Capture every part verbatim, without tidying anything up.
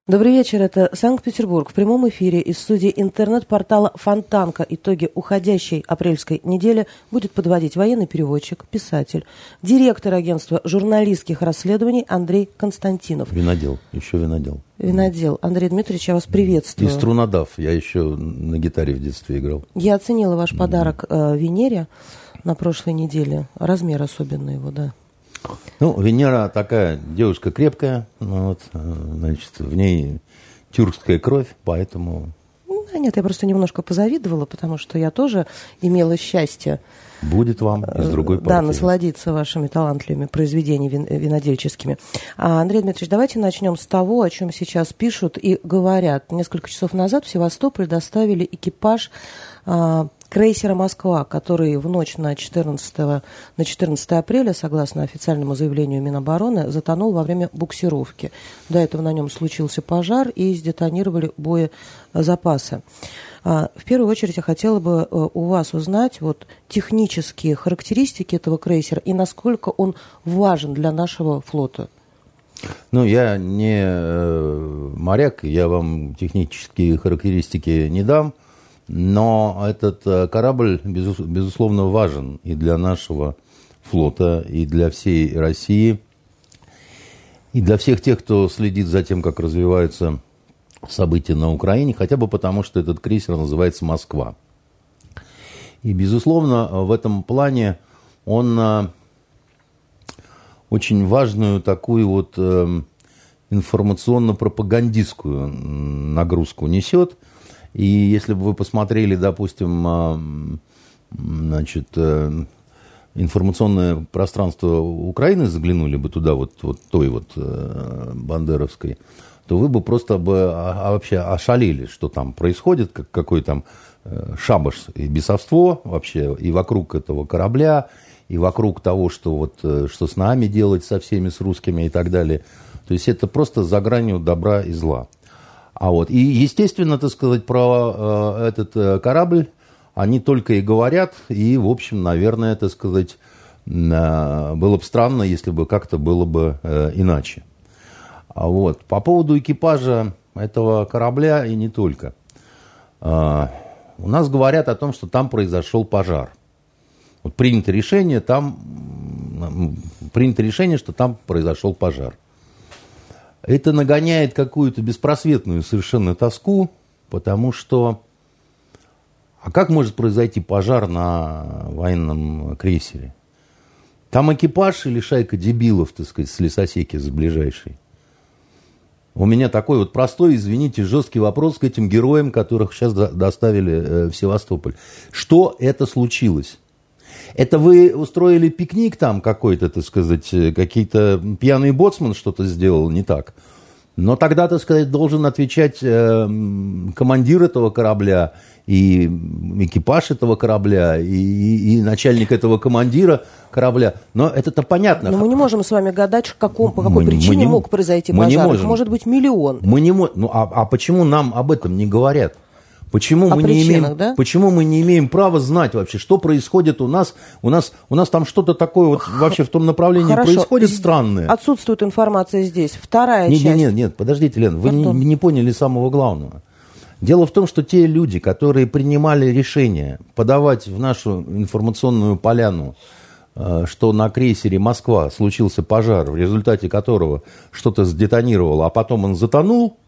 Добрый вечер, это Санкт-Петербург. В прямом эфире из студии интернет-портала «Фонтанка» итоги уходящей апрельской недели будет подводить военный переводчик, писатель, директор агентства журналистских расследований Андрей Константинов. Винодел, еще винодел. Винодел. Андрей Дмитриевич, я вас приветствую. И струнодав, я еще на гитаре в детстве играл. Я оценила ваш подарок э, Венере на прошлой неделе. Размер особенный его, да. Ну, Венера такая девушка крепкая, ну, вот, значит, в ней тюркская кровь, поэтому... Да нет, я просто немножко позавидовала, потому что я тоже имела счастье... Будет вам из другой партии. Да, насладиться вашими талантливыми произведениями вин, винодельческими. А, Андрей Дмитриевич, давайте начнем с того, о чем сейчас пишут и говорят. Несколько часов назад в Севастополь доставили экипаж а, крейсера «Москва», который в ночь на четырнадцатое апреля, согласно официальному заявлению Минобороны, затонул во время буксировки. До этого на нем случился пожар и сдетонировали боезапасы. В первую очередь я хотела бы у вас узнать вот технические характеристики этого крейсера и насколько он важен для нашего флота. Ну, я не моряк, я вам технические характеристики не дам, но этот корабль, безусловно, важен и для нашего флота, и для всей России, и для всех тех, кто следит за тем, как развиваются события на Украине, хотя бы потому, что этот крейсер называется «Москва». И, безусловно, в этом плане он очень важную такую вот информационно-пропагандистскую нагрузку несет. И если бы вы посмотрели, допустим, значит, информационное пространство Украины, заглянули бы туда, вот, вот той вот бандеровской, то вы бы просто бы а, а вообще ошалели, что там происходит, как, какой там э, шабаш и бесовство вообще и вокруг этого корабля, и вокруг того, что, вот, э, что с нами делать, со всеми, с русскими и так далее. То есть это просто за гранью добра и зла. А вот, и, естественно, так сказать, про э, этот э, корабль они только и говорят, и, в общем, наверное, так сказать, э, было бы странно, если бы как-то было бы э, иначе. Вот. По поводу экипажа этого корабля и не только. Uh, у нас говорят о том, что там произошел пожар. Вот принято решение, там, принято решение, что там произошел пожар. Это нагоняет какую-то беспросветную совершенно тоску, потому что... А как может произойти пожар на военном крейсере? Там экипаж или шайка дебилов, так сказать, с лесосеки с ближайшей? У меня такой вот простой, извините, жесткий вопрос к этим героям, которых сейчас доставили в Севастополь. Что это случилось? Это вы устроили пикник там какой-то, так сказать, какие-то пьяный боцман что-то сделал не так? Но тогда, так сказать, должен отвечать э, командир этого корабля, и экипаж этого корабля, и, и, и начальник этого командира корабля. Но это-то понятно. Но мы не можем с вами гадать, каком, по какой мы, причине мы не, мог произойти пожар. Их может быть миллион. Мы не можем. Ну, а, а почему нам об этом не говорят? Почему мы, не имеем, да? почему мы не имеем права знать вообще, что происходит у нас? У нас, у нас там что-то такое вот вообще в том направлении Хорошо. происходит странное. Отсутствует информация здесь. Вторая нет, часть. Нет, нет, нет, подождите, Лен, вы не, не поняли самого главного. Дело в том, что те люди, которые принимали решение подавать в нашу информационную поляну, что на крейсере «Москва» случился пожар, в результате которого что-то сдетонировало, а потом он затонул,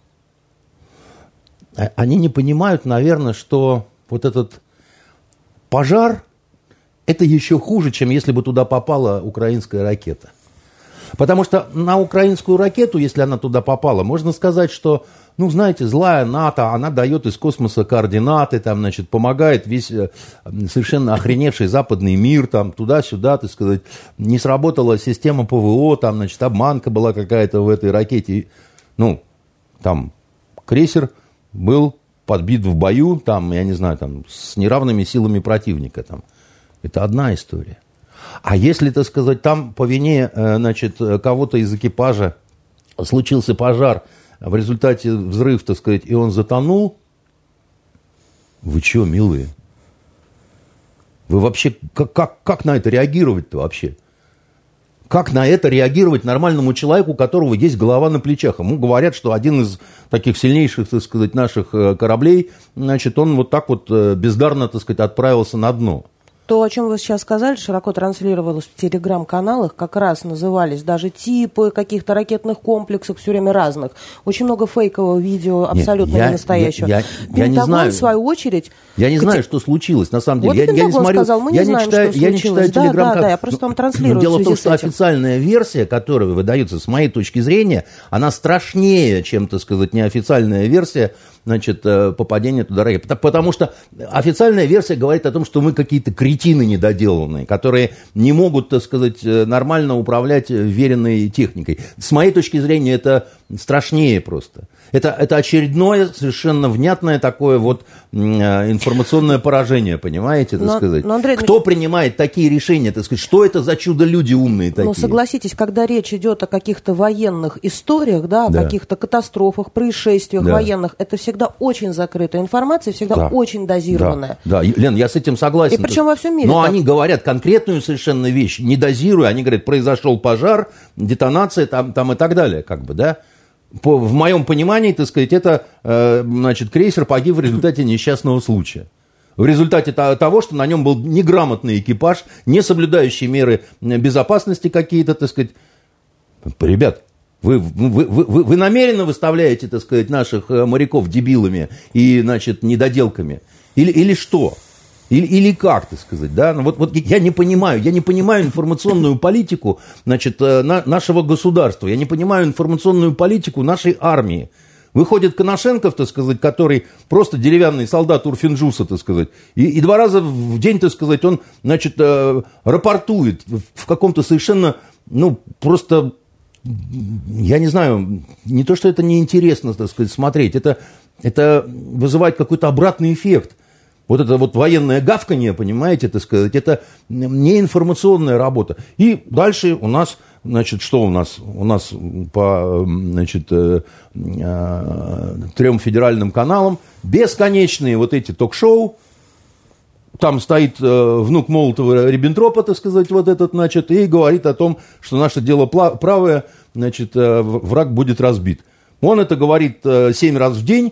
они не понимают, наверное, что вот этот пожар – это еще хуже, чем если бы туда попала украинская ракета. Потому что на украинскую ракету, если она туда попала, можно сказать, что, ну, знаете, злая НАТО, она дает из космоса координаты, там, значит, помогает весь совершенно охреневший западный мир, там, туда-сюда, так сказать, не сработала система ПВО, там, значит, обманка была какая-то в этой ракете. Ну, там, крейсер был подбит в бою, там, я не знаю, там, с неравными силами противника, там. Это одна история. А если, так сказать, там по вине, значит, кого-то из экипажа случился пожар, в результате взрыв, так сказать, и он затонул, вы что, милые? Вы вообще, как, как, как на это реагировать-то вообще? Как на это реагировать нормальному человеку, у которого есть голова на плечах? Ему говорят, что один из таких сильнейших, так сказать, наших кораблей, значит, он вот так вот бездарно, так сказать, отправился на дно. То, о чем вы сейчас сказали, широко транслировалось в телеграм-каналах, как раз назывались даже типы каких-то ракетных комплексов, все время разных. Очень много фейкового видео, абсолютно Нет, я, не настоящего. Я, я, я не знаю. в свою очередь... Я не знаю, что случилось, на самом деле. Вот я, я не смотрю, сказал, мы не я знаем, не читаю, что я не читаю да, телеграм-канал. Да, да, я просто вам транслирую. Но дело в том, что этим. официальная версия, которая выдается, с моей точки зрения, она страшнее, чем, так сказать, неофициальная версия, значит, попадения туда ракет. Потому что официальная версия говорит о том, что мы какие-то кретины недоделанные, которые не могут, так сказать, нормально управлять веренной техникой. С моей точки зрения, это страшнее просто. Это, это очередное совершенно внятное такое вот информационное поражение, понимаете, так но, сказать. Но, Андрей, Кто ну, принимает такие решения, так сказать, что это за чудо-люди умные такие? Ну, согласитесь, когда речь идет о каких-то военных историях, да, о да. каких-то катастрофах, происшествиях да. военных, это всегда очень закрытая информация, всегда да. очень дозированная. Да. да, Лен, я с этим согласен. И причем во всем мире. Но так. они говорят конкретную совершенно вещь, не дозируя, они говорят, произошел пожар, детонация там, там и так далее, как бы, да. По, в моем понимании, так сказать, это, э, значит, крейсер погиб в результате несчастного случая. В результате того, что на нем был неграмотный экипаж, не соблюдающий меры безопасности какие-то, так сказать. Ребят, вы, вы, вы, вы намеренно выставляете, так сказать, наших моряков дебилами и, значит, недоделками? Или, или что? Или, или как, так сказать, да? Ну, вот, вот я не понимаю, я не понимаю информационную политику, значит, на, нашего государства, я не понимаю информационную политику нашей армии. Выходит Коношенков, так сказать, который просто деревянный солдат Урфинджуса, так сказать, и, и два раза в день, так сказать, он, значит, э, рапортует в каком-то совершенно, ну, просто, я не знаю, не то, что это неинтересно, так сказать, смотреть, это, это вызывает какой-то обратный эффект. Вот это вот военное гавканье, понимаете, так сказать, это не информационная работа. И дальше у нас, значит, что у нас? У нас по, значит, э, э, трем федеральным каналам бесконечные вот эти ток-шоу. Там стоит э, внук Молотова-Риббентропа, так сказать, вот этот, значит, и говорит о том, что наше дело правое, значит, э, враг будет разбит. Он это говорит э, семь раз в день.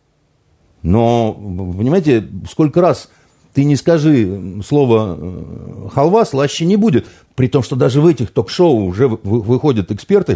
Но, понимаете, сколько раз ты не скажи слово «халва», слаще не будет. При том, что даже в этих ток-шоу уже выходят эксперты,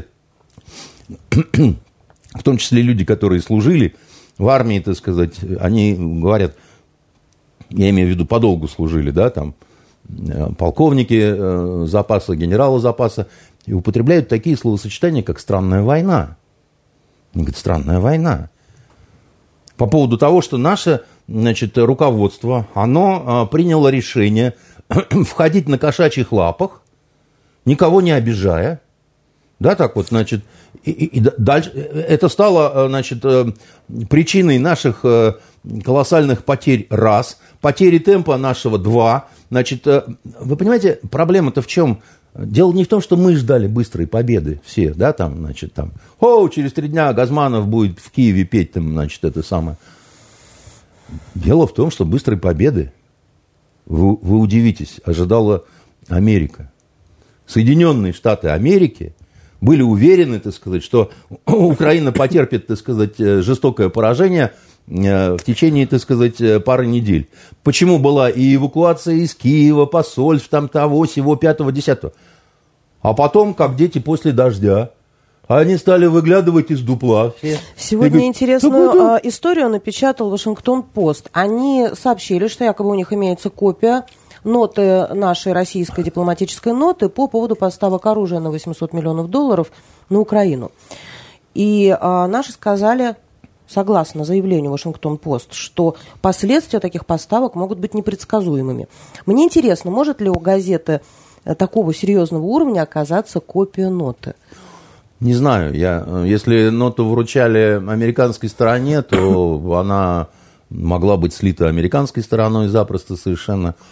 в том числе люди, которые служили в армии, так сказать, они говорят, я имею в виду, подолгу служили, да, там, полковники запаса, генералы запаса, и употребляют такие словосочетания, как «странная война». Они говорят, «странная война». По поводу того, что наше, значит, руководство, оно а, приняло решение входить на кошачьих лапах, никого не обижая, да, так вот, значит, и, и, и дальше, это стало, значит, причиной наших колоссальных потерь, раз, потери темпа нашего, два, значит, вы понимаете, проблема-то в чем? Дело не в том, что мы ждали быстрой победы все, да, там, значит, там, о, через три дня Газманов будет в Киеве петь, там, значит, это самое. Дело в том, что быстрой победы, вы, вы удивитесь, ожидала Америка. Соединенные Штаты Америки были уверены, так сказать, что Украина потерпит, так сказать, жестокое поражение в течение, так сказать, пары недель. Почему была и эвакуация из Киева, посольств, там того, сего, пятого, десятого. А потом, как дети после дождя, они стали выглядывать из дупла. Сегодня говорят, интересную а, историю напечатал Вашингтон-Пост. Они сообщили, что якобы у них имеется копия ноты нашей российской дипломатической ноты по поводу поставок оружия на восемьсот миллионов долларов на Украину. И а, наши сказали, согласно заявлению Вашингтон-Пост, что последствия таких поставок могут быть непредсказуемыми. Мне интересно, может ли у газеты такого серьезного уровня оказаться копия ноты? Не знаю. Я, если ноту вручали американской стороне, то она могла быть слита американской стороной запросто совершенно.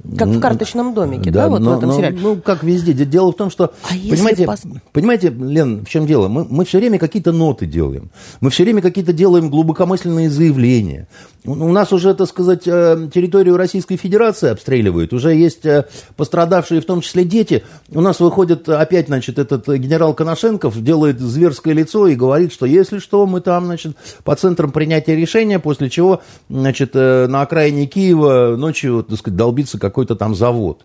Как в «Карточном домике», да, да вот но, в этом но, сериале? Ну, как везде. Дело в том, что, а понимаете, пос... понимаете, Лен, в чем дело? Мы, мы все время какие-то ноты делаем. Мы все время какие-то делаем глубокомысленные заявления. У нас уже, так сказать, территорию Российской Федерации обстреливают. Уже есть пострадавшие, в том числе дети. У нас выходит опять, значит, этот генерал Коношенков, делает зверское лицо и говорит, что если что, мы там, значит, по центрам принятия решения, после чего, значит, на окраине Киева ночью, так сказать, долбится какой-то там завод.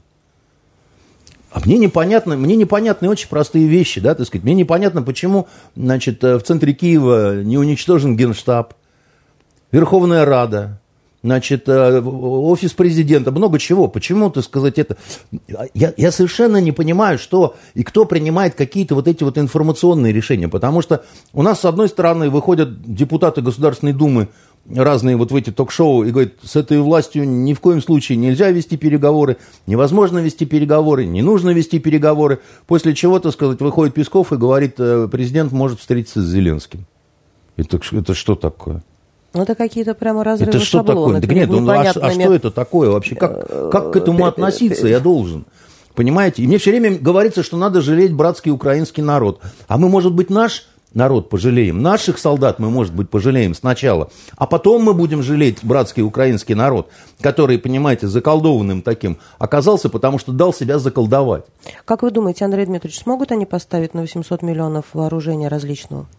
А мне непонятно, мне непонятны очень простые вещи, да, так сказать. Мне непонятно, почему, значит, в центре Киева не уничтожен Генштаб, Верховная Рада, значит, офис президента, много чего. Почему, так сказать, это... Я, я совершенно не понимаю, что и кто принимает какие-то вот эти вот информационные решения. Потому что у нас, с одной стороны, выходят депутаты Государственной Думы разные вот в эти ток-шоу и говорят, с этой властью ни в коем случае нельзя вести переговоры, невозможно вести переговоры, не нужно вести переговоры. После чего, так сказать, выходит Песков и говорит, президент может встретиться с Зеленским. Это, это что такое? Ну, это какие-то прямо разрывы это что шаблона. Такое? Нет, ну, а, а что это такое вообще? Как, как к этому относиться я должен? Понимаете? И мне все время говорится, что надо жалеть братский украинский народ. А мы, может быть, наш народ пожалеем, наших солдат мы, может быть, пожалеем сначала, а потом мы будем жалеть братский украинский народ, который, понимаете, заколдованным таким оказался, потому что дал себя заколдовать. Как вы думаете, Андрей Дмитриевич, смогут они поставить на восемьсот миллионов вооружения различного?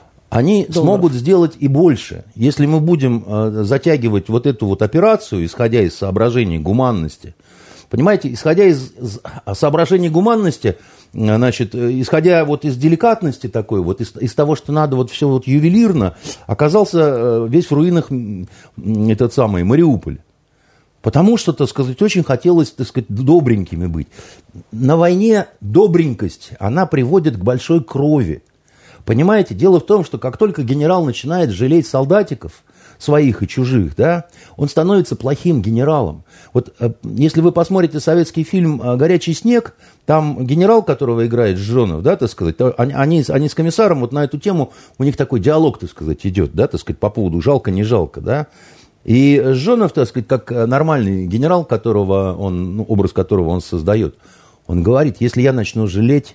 Они долларов. Смогут сделать и больше. Если мы будем э, затягивать вот эту вот операцию, исходя из соображений гуманности, понимаете, исходя из, из соображений гуманности, значит, исходя вот из деликатности такой, вот из, из того, что надо вот все вот ювелирно, оказался весь в руинах этот самый Мариуполь. Потому что, так сказать, очень хотелось, так сказать, добренькими быть. На войне добренькость, она приводит к большой крови. Понимаете, дело в том, что как только генерал начинает жалеть солдатиков, своих и чужих, да, он становится плохим генералом. Вот если вы посмотрите советский фильм «Горячий снег», там генерал, которого играет Жжонов, да, так сказать, они, они с комиссаром вот на эту тему, у них такой диалог, так сказать, идет, да, так сказать, по поводу жалко, не жалко, да. И Жжонов, так сказать, как нормальный генерал, которого он, ну, образ которого он создает, он говорит, если я начну жалеть,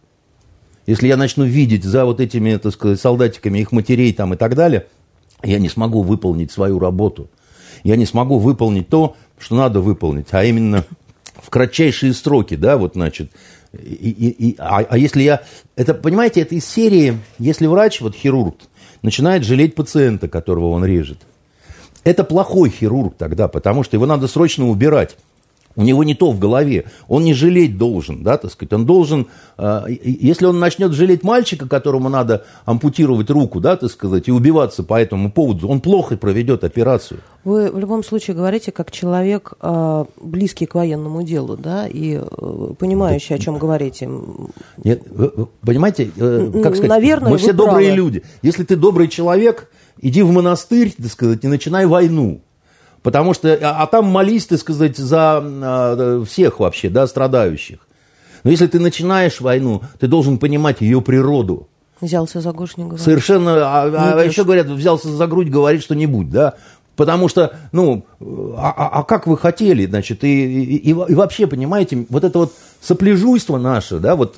если я начну видеть за вот этими, так сказать, солдатиками их матерей там и так далее, я не смогу выполнить свою работу. Я не смогу выполнить то, что надо выполнить, а именно в кратчайшие сроки, да, вот, значит. И, и, и, а, а если я... Это, понимаете, это из серии, если врач, вот хирург, начинает жалеть пациента, которого он режет. Это плохой хирург тогда, потому что его надо срочно убирать. У него не то в голове, он не жалеть должен, да, так сказать, он должен, э, если он начнет жалеть мальчика, которому надо ампутировать руку, да, так сказать, и убиваться по этому поводу, он плохо проведет операцию. Вы в любом случае говорите как человек, э, близкий к военному делу, да, и э, понимающий, да. О чем говорите. Нет, вы, понимаете, э, как сказать, наверное, мы все правы. Добрые люди. Если ты добрый человек, иди в монастырь, так сказать, и начинай войну. Потому что, а, а там молись, так сказать, за а, всех вообще, да, страдающих. Но если ты начинаешь войну, ты должен понимать ее природу. Взялся за грудь, не говорит. Совершенно, а, а еще говорят, взялся за грудь, говорит что-нибудь, да. Потому что, ну, а, а как вы хотели, значит, и, и, и вообще, понимаете, вот это вот сопляжуйство наше, да, вот,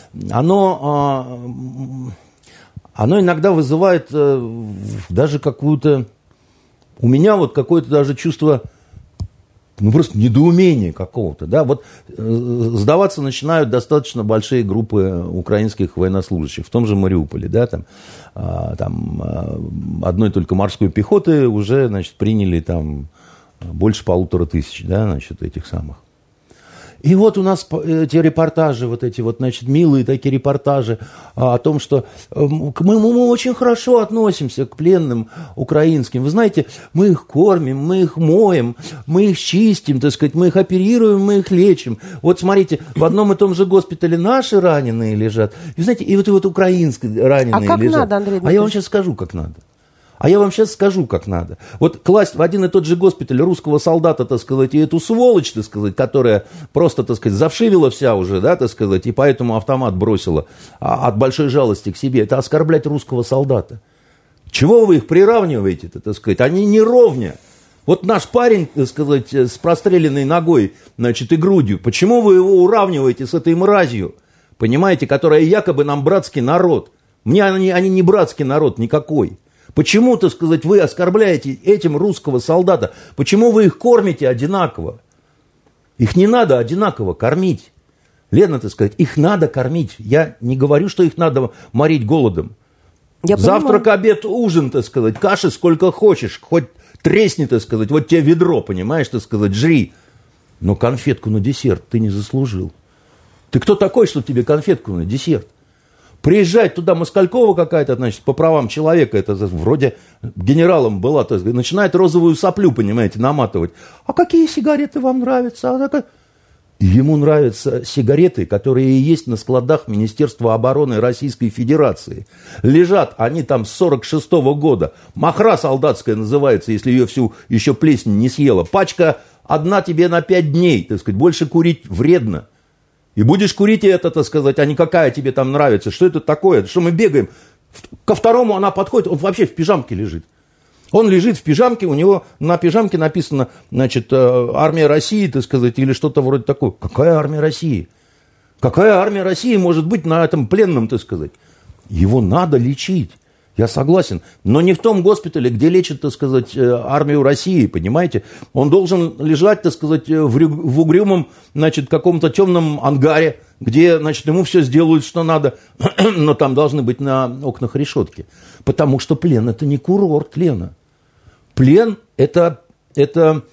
оно, оно иногда вызывает даже какую-то... У меня вот какое-то даже чувство, ну, просто недоумения какого-то, да, вот э, сдаваться начинают достаточно большие группы украинских военнослужащих, в том же Мариуполе, да, там, э, там э, одной только морской пехоты уже, значит, приняли там больше полутора тысяч, да, значит, этих самых. И вот у нас эти репортажи, вот эти вот, значит, милые такие репортажи о том, что мы, мы очень хорошо относимся к пленным украинским. Вы знаете, мы их кормим, мы их моем, мы их чистим, так сказать, мы их оперируем, мы их лечим. Вот смотрите, в одном и том же госпитале наши раненые лежат, и, знаете, и вот, и вот украинские раненые лежат. А как лежат. Надо, Андрей Дмитриевич? А я вам сейчас скажу, как надо. А я вам сейчас скажу, как надо. Вот класть в один и тот же госпиталь русского солдата, так сказать, и эту сволочь, так сказать, которая просто, так сказать, завшивила вся уже, да, так сказать, и поэтому автомат бросила от большой жалости к себе, это оскорблять русского солдата. Чего вы их приравниваете-то, так сказать? Они не ровня. Вот наш парень, так сказать, с простреленной ногой, значит, и грудью, почему вы его уравниваете с этой мразью, понимаете, которая якобы нам братский народ? Мне они, они не братский народ никакой. Почему, так сказать, вы оскорбляете этим русского солдата? Почему вы их кормите одинаково? Их не надо одинаково кормить. Лена, так сказать, их надо кормить. Я не говорю, что их надо морить голодом. Я Завтрак, понимаю. Обед, ужин, так сказать, каши сколько хочешь, хоть тресни, так сказать, вот тебе ведро, понимаешь, так сказать, жри. Но конфетку на десерт ты не заслужил. Ты кто такой, что тебе конфетку на десерт? Приезжать туда Москалькова какая-то, значит, по правам человека, это вроде генералом была, то есть, начинает розовую соплю, понимаете, наматывать. А какие сигареты вам нравятся? Ему нравятся сигареты, которые есть на складах Министерства обороны Российской Федерации. Лежат они там с сорок шестого года. Махра солдатская называется, если ее всю еще плесень не съела. Пачка одна тебе на пять дней, так сказать, больше курить вредно. И будешь курить это, так сказать, а не какая тебе там нравится. Что это такое? Что мы бегаем? Ко второму она подходит, он вообще в пижамке лежит. Он лежит в пижамке, у него на пижамке написано, значит, армия России, так сказать, или что-то вроде такого. Какая армия России? Какая армия России может быть на этом пленном, так сказать? Его надо лечить. Я согласен, но не в том госпитале, где лечат, так сказать, армию России, понимаете? Он должен лежать, так сказать, в угрюмом, значит, каком-то темном ангаре, где, значит, ему все сделают, что надо, но там должны быть на окнах решетки. Потому что плен – это не курорт, Лена. Плен – это, это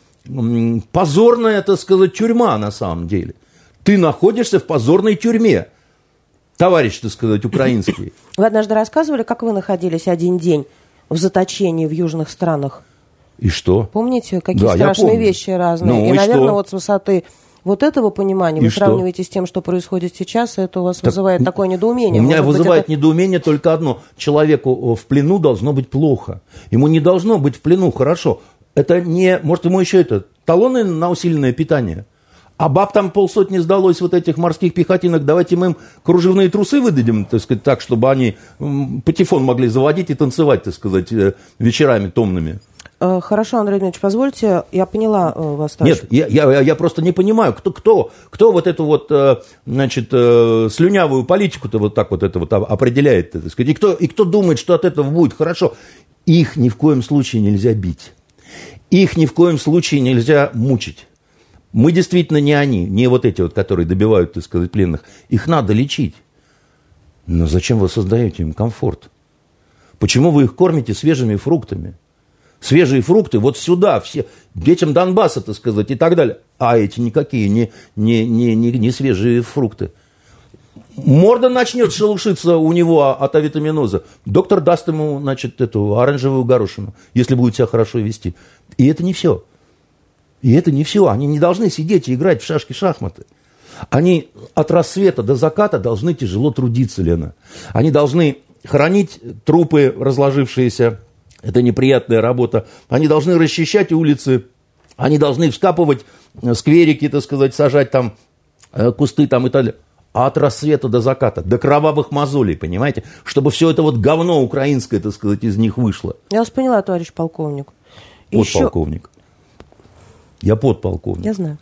позорная, так сказать, тюрьма на самом деле. Ты находишься в позорной тюрьме. Товарищ, так сказать, украинский. Вы однажды рассказывали, как вы находились один день в заточении в южных странах. И что? Помните, какие да, страшные вещи разные? Ну, и, и, наверное, что? Вот с высоты вот этого понимания и вы что? сравниваете с тем, что происходит сейчас, и это у вас так, вызывает такое недоумение. У меня Может вызывает быть, это... недоумение только одно. Человеку в плену должно быть плохо. Ему не должно быть в плену хорошо. Это не... Может, ему еще это... Талоны на усиленное питание. А баб там полсотни сдалось вот этих морских пехотинок. Давайте мы им кружевные трусы выдадим, так сказать, так, чтобы они патефон могли заводить и танцевать, так сказать, вечерами томными. Хорошо, Андрей Дмитриевич, позвольте, я поняла вас. Товарищ. Нет, я, я, я просто не понимаю, кто, кто, кто вот эту вот, значит, слюнявую политику-то вот так вот это вот определяет, так сказать, и кто, и кто думает, что от этого будет хорошо. Их ни в коем случае нельзя бить. Их ни в коем случае нельзя мучить. Мы действительно не они, не вот эти вот, которые добивают, так сказать, пленных. Их надо лечить. Но зачем вы создаете им комфорт? Почему вы их кормите свежими фруктами? Свежие фрукты вот сюда, все, детям Донбасса, так сказать, и так далее. А эти никакие не, не, не, не, не свежие фрукты. Морда начнет шелушиться у него от авитаминоза. Доктор даст ему, значит, эту оранжевую горошину, если будет себя хорошо вести. И это не все. И это не все. Они не должны сидеть и играть в шашки-шахматы. Они от рассвета до заката должны тяжело трудиться, Лена. Они должны хоронить трупы разложившиеся. Это неприятная работа. Они должны расчищать улицы. Они должны вскапывать скверики, так сказать, сажать там кусты там и так далее. А от рассвета до заката, до кровавых мозолей, понимаете? Чтобы все это вот говно украинское, так сказать, из них вышло. Я вас поняла, товарищ полковник. Подполковник. Еще... Я подполковник. Я знаю.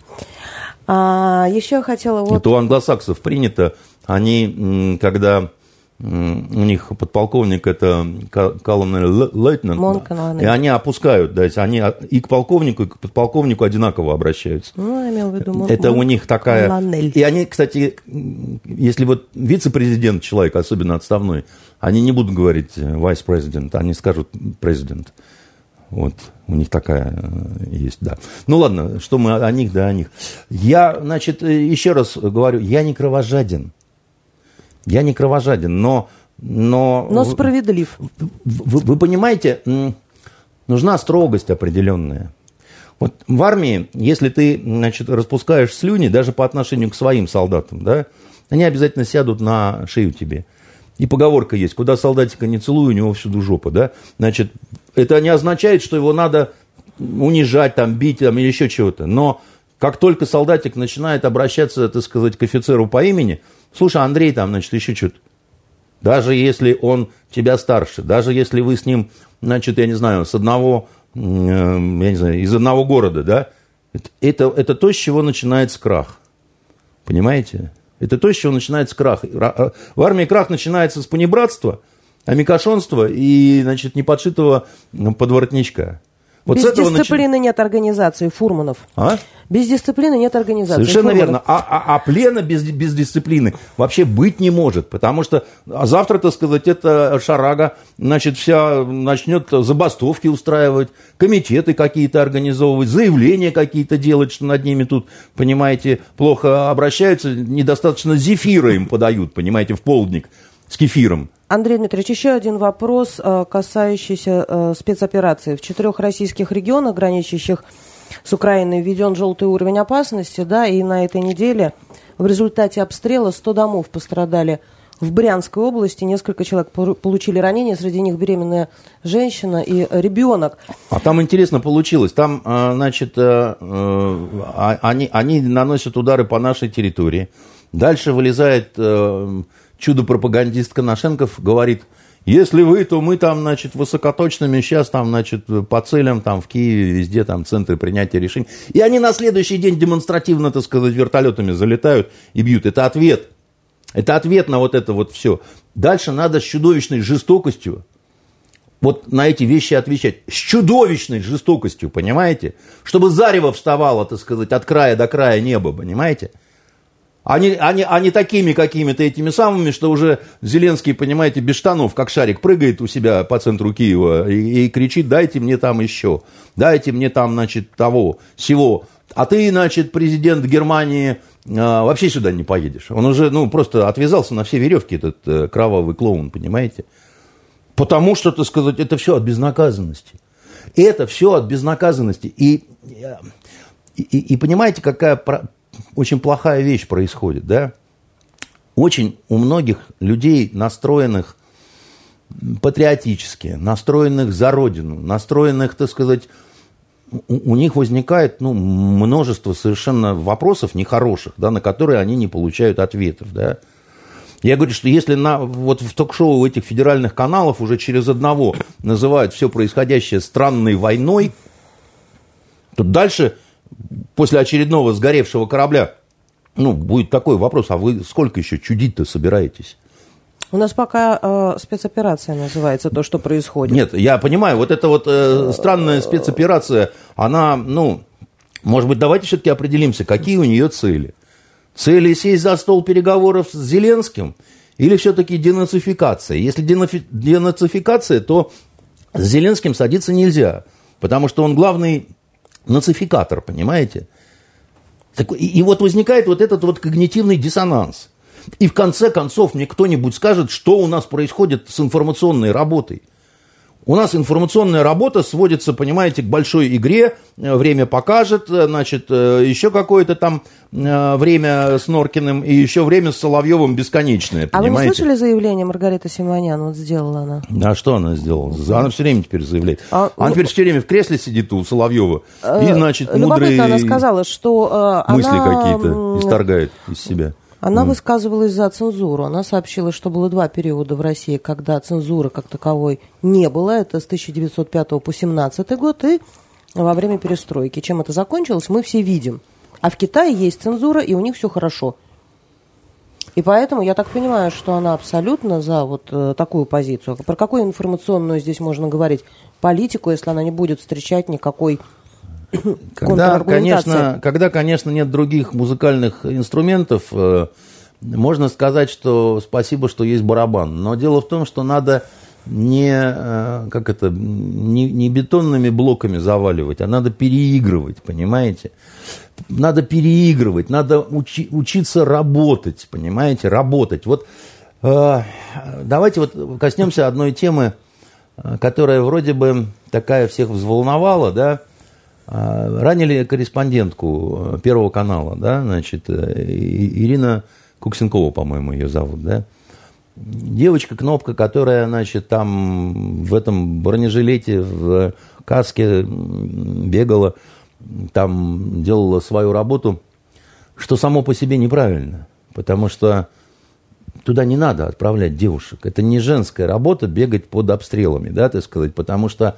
А, еще я хотела... Вот... Это у англосаксов принято. Они, когда у них подполковник, это колонел-лейтенант, и они опускают, да, они и к полковнику, и к подполковнику одинаково обращаются. Ну, я имел в виду... Это у них такая... Колонель. И они, кстати, если вот вице-президент человек, особенно отставной, они не будут говорить vice-president, они скажут президент. Вот, у них такая есть, да. Ну, ладно, что мы о них, да о них. Я, значит, еще раз говорю, я не кровожаден. Я не кровожаден, но... Но, но справедлив. Вы, вы понимаете, нужна строгость определенная. Вот в армии, если ты, значит, распускаешь слюни, даже по отношению к своим солдатам, да, они обязательно сядут на шею тебе. И поговорка есть, куда солдатика не целуй, у него всюду жопа, да. Значит, это не означает, что его надо унижать, там, бить там, или еще чего-то. Но как только солдатик начинает обращаться, так сказать, к офицеру по имени, слушай, Андрей, там, значит, еще что-то. Даже если он тебя старше, даже если вы с ним, значит, я не знаю, с одного я не знаю, из одного города, да, это, это то, с чего начинается крах. Понимаете? Это то, с чего начинается крах. В армии крах начинается с понебратства, амикошонства и, значит, неподшитого подворотничка. Вот без дисциплины начи... нет организации, Фурманов. А? Без дисциплины нет организации. Совершенно Фурманов. верно. А, а, а плена без, без дисциплины вообще быть не может. Потому что а завтра, так сказать, эта шарага, значит, вся начнет забастовки устраивать, комитеты какие-то организовывать, заявления какие-то делать, что над ними тут, понимаете, плохо обращаются, недостаточно зефира им подают, понимаете, в полдник с кефиром. Андрей Дмитриевич, еще один вопрос, касающийся спецоперации. В четырех российских регионах, граничащих с Украиной, введен желтый уровень опасности, да, и на этой неделе в результате обстрела сто домов пострадали. В Брянской области несколько человек получили ранения, среди них беременная женщина и ребенок. А там интересно получилось. Там, значит, они, они наносят удары по нашей территории. Дальше вылезает чудо-пропагандист Коношенков, говорит: если вы, то мы там, значит, высокоточными сейчас там, значит, по целям там в Киеве, везде там центры принятия решений. И они на следующий день демонстративно, так сказать, вертолетами залетают и бьют. Это ответ. Это ответ на вот это вот все. Дальше надо с чудовищной жестокостью вот на эти вещи отвечать. С чудовищной жестокостью, понимаете? Чтобы зарево вставало, так сказать, от края до края неба, понимаете? Они, они, они такими какими-то этими самыми, что уже Зеленский, понимаете, без штанов, как шарик, прыгает у себя по центру Киева и, и кричит: дайте мне там еще, дайте мне там, значит, того, сего. А ты, значит, президент Германии, а, вообще сюда не поедешь. Он уже, ну, просто отвязался на все веревки, этот э, кровавый клоун, понимаете? Потому что, так сказать, это все от безнаказанности. Это все от безнаказанности. И, и, и понимаете, какая... очень плохая вещь происходит, да? Очень у многих людей, настроенных патриотически, настроенных за Родину, настроенных, так сказать, у, у них возникает, ну, множество совершенно вопросов нехороших, да, на которые они не получают ответов, да? Я говорю, что если на, вот в ток-шоу этих федеральных каналов уже через одного называют все происходящее странной войной, то дальше... После очередного сгоревшего корабля, ну, будет такой вопрос: а вы сколько еще чудить-то собираетесь? У нас пока э, спецоперация называется, то, что происходит. Нет, я понимаю, вот эта вот э, странная спецоперация, она, ну, может быть, давайте все-таки определимся, какие у нее цели. Цели сесть за стол переговоров с Зеленским или все-таки денацификация? Если денафи- денацификация, то с Зеленским садиться нельзя, потому что он главный... нацификатор, понимаете? Так, и, и вот возникает вот этот вот когнитивный диссонанс. И в конце концов мне кто-нибудь скажет, что у нас происходит с информационной работой. У нас информационная работа сводится, понимаете, к большой игре. Время покажет, значит, еще какое-то там время с Норкиным и еще время с Соловьевым бесконечное, понимаете? А вы не слышали заявление Маргариты Симонян? Вот сделала она. А что она сделала? Она все время теперь заявляет. А, она ну, теперь все время в кресле сидит у Соловьева. И, значит, мудрые она сказала, что э, мысли она... какие-то исторгает из себя. Она mm. высказывалась за цензуру. Она сообщила, что было два периода в России, когда цензуры как таковой не было. Это с тысяча девятьсот пятого по семнадцатый год и во время перестройки. Чем это закончилось, мы все видим. А в Китае есть цензура, и у них все хорошо. И поэтому я так понимаю, что она абсолютно за вот э, такую позицию. Про какую информационную здесь можно говорить политику, если она не будет встречать никакой... Когда, конечно, когда, конечно, нет других музыкальных инструментов, э, можно сказать, что спасибо, что есть барабан. Но дело в том, что надо не, э, как это, не, не бетонными блоками заваливать, а надо переигрывать, понимаете? Надо переигрывать, надо учи, учиться работать, понимаете? Работать. Вот э, давайте вот коснемся одной темы, которая вроде бы такая всех взволновала, да? Ранили корреспондентку Первого канала, да, значит, Ирина Куксенкова, по-моему, ее зовут, да. Девочка-кнопка, которая, значит, там в этом бронежилете, в каске бегала, там делала свою работу, что само по себе неправильно, потому что туда не надо отправлять девушек. Это не женская работа бегать под обстрелами, да, так сказать, потому что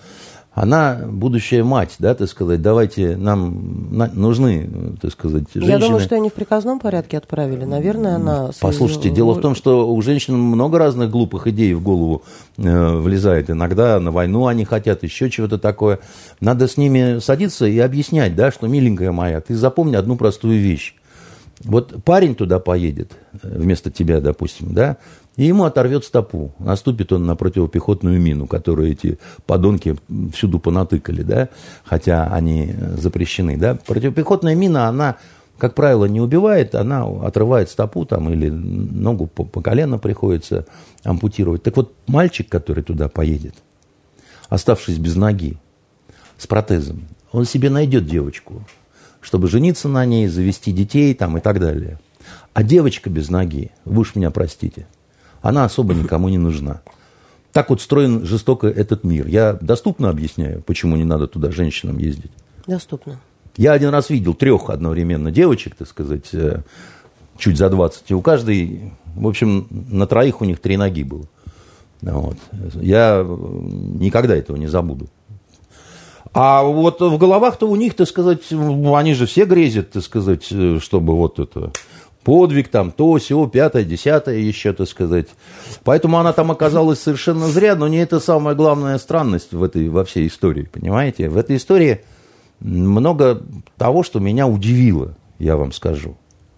Она будущая мать, да, так сказать, давайте, нам нужны, так сказать, женщины. Я думаю, что они в приказном порядке отправили, наверное, она... Послушайте, дело в том, что у женщин много разных глупых идей в голову э, влезает. Иногда на войну они хотят, еще чего-то такое. Надо с ними садиться и объяснять, да, что, миленькая моя, ты запомни одну простую вещь. Вот парень туда поедет, вместо тебя, допустим, да, и ему оторвет стопу. Наступит он на противопехотную мину, которую эти подонки всюду понатыкали, да, хотя они запрещены, да. Противопехотная мина, она, как правило, не убивает, она отрывает стопу там или ногу по, по колено приходится ампутировать. Так вот, мальчик, который туда поедет, оставшись без ноги, с протезом, он себе найдет девочку, чтобы жениться на ней, завести детей там и так далее. А девочка без ноги, вы уж меня простите, она особо никому не нужна. Так вот строен жестоко этот мир. Я доступно объясняю, почему не надо туда женщинам ездить? Доступно. Я один раз видел трех одновременно девочек, так сказать, чуть за двадцать. И у каждой, в общем, на троих у них три ноги было. Вот. Я никогда этого не забуду. А вот в головах-то у них, так сказать, они же все грезят, так сказать, чтобы вот это... Подвиг там, то, сё, пятое, десятое еще, так сказать. Поэтому она там оказалась совершенно зря, но не это самая главная странность в этой, во всей истории, понимаете? В этой истории много того, что меня удивило, я вам скажу.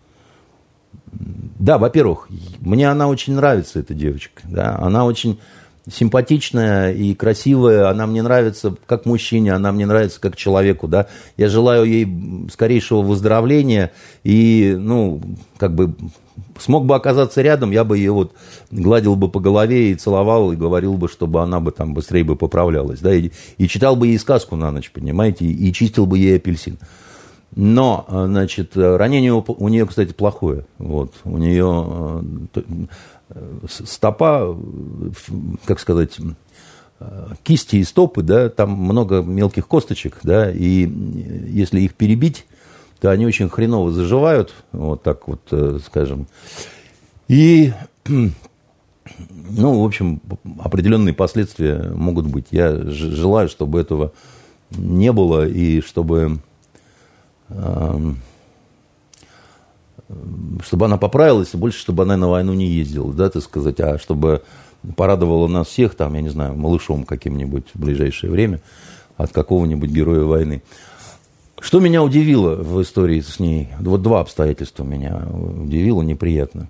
Да, во-первых, мне она очень нравится, эта девочка, да, она очень симпатичная и красивая, она мне нравится как мужчине, она мне нравится как человеку, да. Я желаю ей скорейшего выздоровления и, ну, как бы, смог бы оказаться рядом, я бы ее вот гладил бы по голове и целовал, и говорил бы, чтобы она бы там быстрее бы поправлялась, да, и, и читал бы ей сказку на ночь, понимаете, и, и чистил бы ей апельсин. Но, значит, ранение у, у нее, кстати, плохое, вот, у нее... стопа, как сказать, кисти и стопы, да, там много мелких косточек, да, и если их перебить, то они очень хреново заживают, вот так вот, скажем. И, ну, в общем, определенные последствия могут быть. Я желаю, чтобы этого не было, и чтобы... чтобы она поправилась, и больше, чтобы она на войну не ездила, да, так сказать, а чтобы порадовала нас всех, там, я не знаю, малышом каким-нибудь в ближайшее время от какого-нибудь героя войны. Что меня удивило в истории с ней? Вот два обстоятельства меня удивило неприятно.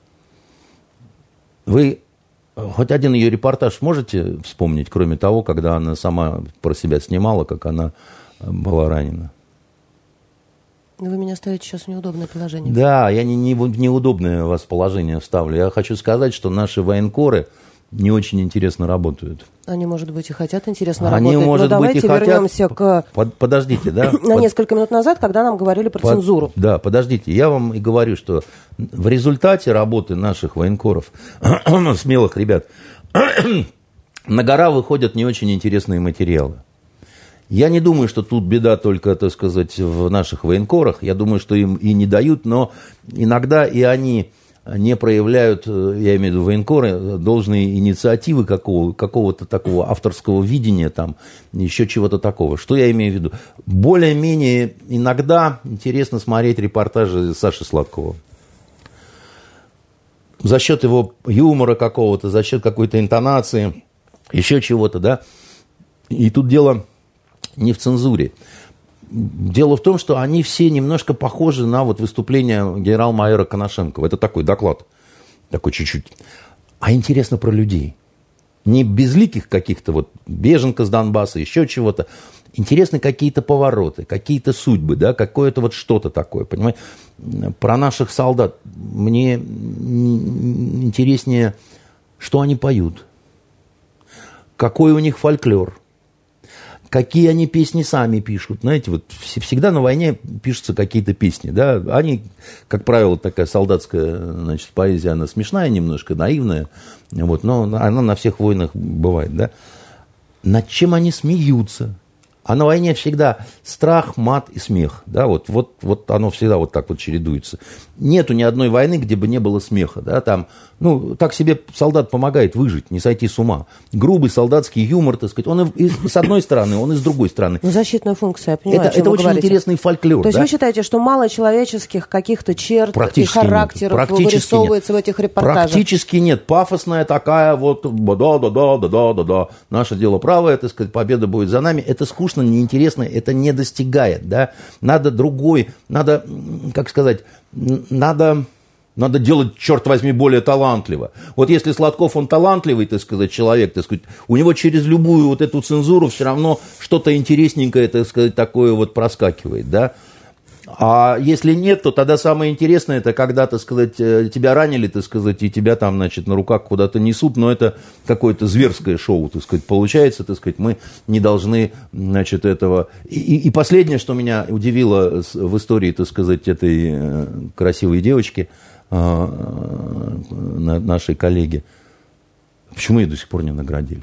Вы хоть один ее репортаж можете вспомнить, кроме того, когда она сама про себя снимала, как она была ранена? Вы меня ставите сейчас в неудобное положение. Да, я не, не в неудобное вас положение вставлю. Я хочу сказать, что наши военкоры не очень интересно работают. Они, может быть, и хотят интересно Они, работать. может но быть, давайте и хотят... вернемся к... Под, подождите, да? На несколько минут назад, когда нам говорили про Под... цензуру. Да, подождите. Я вам и говорю, что в результате работы наших военкоров, смелых ребят, на гора выходят не очень интересные материалы. Я не думаю, что тут беда только, так сказать, в наших военкорах. Я думаю, что им и не дают, но иногда и они не проявляют, я имею в виду военкоры, должные инициативы какого, какого-то такого авторского видения, там, еще чего-то такого. Что я имею в виду? Более-менее иногда интересно смотреть репортажи Саши Сладкова. За счет его юмора какого-то, за счет какой-то интонации, еще чего-то, да. И тут дело... не в цензуре. Дело в том, что они все немножко похожи на вот выступление генерал-майора Коношенкова. Это такой доклад, такой чуть-чуть. А интересно про людей. Не безликих каких-то, вот беженка с Донбасса, еще чего-то. Интересны какие-то повороты, какие-то судьбы, да, какое-то вот что-то такое, понимаете? Про наших солдат мне интереснее, что они поют, какой у них фольклор. Какие они песни сами пишут. Знаете, вот всегда на войне пишутся какие-то песни. Да? Они, как правило, такая солдатская, значит, поэзия, она смешная немножко, наивная. Вот, но она на всех войнах бывает. Да? Над чем они смеются? А на войне всегда страх, мат и смех. Да, вот, вот, вот оно всегда вот так вот чередуется. Нету ни одной войны, где бы не было смеха. Да, там, ну, так себе солдат помогает выжить, не сойти с ума. Грубый солдатский юмор, так сказать, он и с одной стороны, он и с другой стороны. Ну, защитная функция, я понимаю, Это, это очень говорите. Интересный фольклор. То есть да? вы считаете, что мало человеческих каких-то черт и характеров вырисовывается нет. в этих репортажах? Практически нет. Пафосная такая вот, да-да-да-да-да-да-да, наше дело правое, так сказать, победа будет за нами. Это скучно, неинтересно, это не достигает, да. Надо другой, надо, как сказать, надо... Надо делать, черт возьми, более талантливо. Вот если Сладков, он талантливый, так сказать, человек, так сказать, у него через любую вот эту цензуру все равно что-то интересненькое, так сказать, такое вот проскакивает, да. А если нет, то тогда самое интересное, это когда, так сказать, тебя ранили, так сказать, и тебя там, значит, на руках куда-то несут, но это какое-то зверское шоу, так сказать, получается, так сказать, мы не должны, значит, этого... И, и последнее, что меня удивило в истории, так сказать, этой красивой девочки, нашей коллеги, почему ее до сих пор не наградили?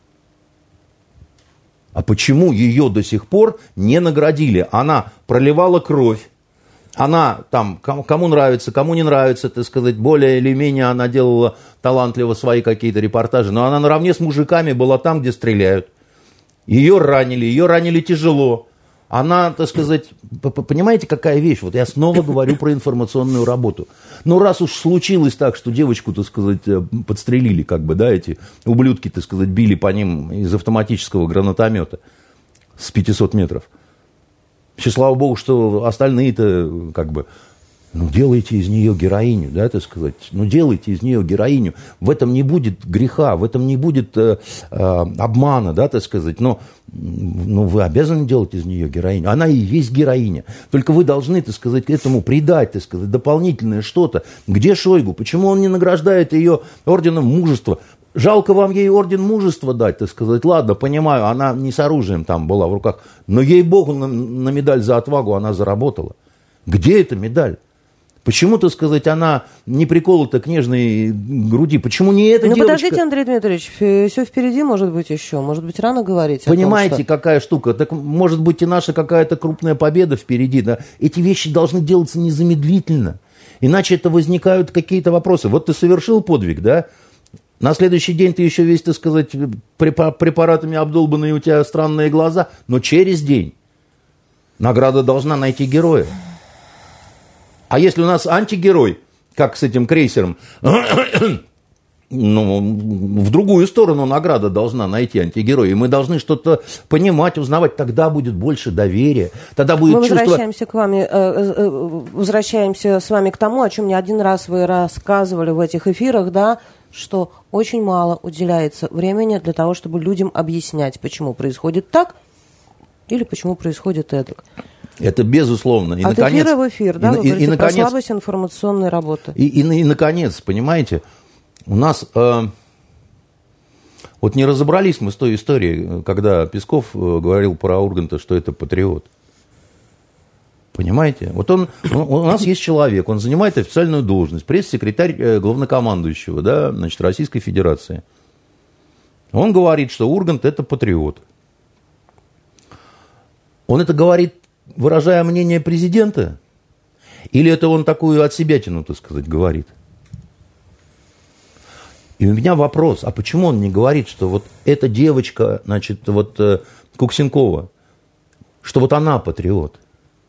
А почему ее до сих пор не наградили? Она проливала кровь, она там, кому нравится, кому не нравится, так сказать, более или менее она делала талантливо свои какие-то репортажи, но она наравне с мужиками была там, где стреляют. Ее ранили, ее ранили тяжело. Она, так сказать, понимаете, какая вещь? Вот я снова говорю про информационную работу. Ну, раз уж случилось так, что девочку, так сказать, подстрелили, как бы, да, эти ублюдки, так сказать, били по ним из автоматического гранатомета с пятисот метров. Еще слава богу, что остальные-то, как бы, ну, делайте из нее героиню, да, так сказать, ну, делайте из нее героиню. В этом не будет греха, в этом не будет э, э, обмана, да, так сказать, но ну, вы обязаны делать из нее героиню. Она и есть героиня. Только вы должны, так сказать, к этому придать, так сказать, дополнительное что-то. Где Шойгу? Почему он не награждает ее орденом мужества? Жалко вам ей орден мужества дать, так сказать. Ладно, понимаю, она не с оружием там была в руках, но ей-богу на, на медаль за отвагу она заработала. Где эта медаль? Почему, так сказать, она не приколота к нежной груди? Почему не эта ну, девочка? Ну, подождите, Андрей Дмитриевич, все впереди, может быть, еще. Может быть, рано говорить. Понимаете, о том, что... какая штука? Так, может быть, и наша какая-то крупная победа впереди. Да? Эти вещи должны делаться незамедлительно. Иначе это возникают какие-то вопросы. Вот ты совершил подвиг, да? На следующий день ты еще весь, так сказать, препаратами обдолбанные, у тебя странные глаза. Но через день награда должна найти героя. А если у нас антигерой, как с этим крейсером, ну, в другую сторону награда должна найти антигерой. И мы должны что-то понимать, узнавать. Тогда будет больше доверия. Тогда будет мы чувство... возвращаемся к вами, э, возвращаемся с вами к тому, о чем не один раз вы рассказывали в этих эфирах, да, что очень мало уделяется времени для того, чтобы людям объяснять, почему происходит так или почему происходит эдак. Это безусловно. И, От наконец, эфира в эфир, да, и, вы говорите, и, и, наконец, про слабость информационной работы. И, и, и, и, наконец, понимаете, у нас... Э, вот не разобрались мы с той историей, когда Песков э, говорил про Урганта, что это патриот. Понимаете? Вот он, он, у нас есть человек, он занимает официальную должность, пресс-секретарь э, главнокомандующего, да, значит, Российской Федерации. Он говорит, что Ургант – это патриот. Он это говорит, выражая мнение президента? Или это он такую от себятину, так сказать, говорит? И у меня вопрос, а почему он не говорит, что вот эта девочка, значит, вот Куксенкова, что вот она патриот?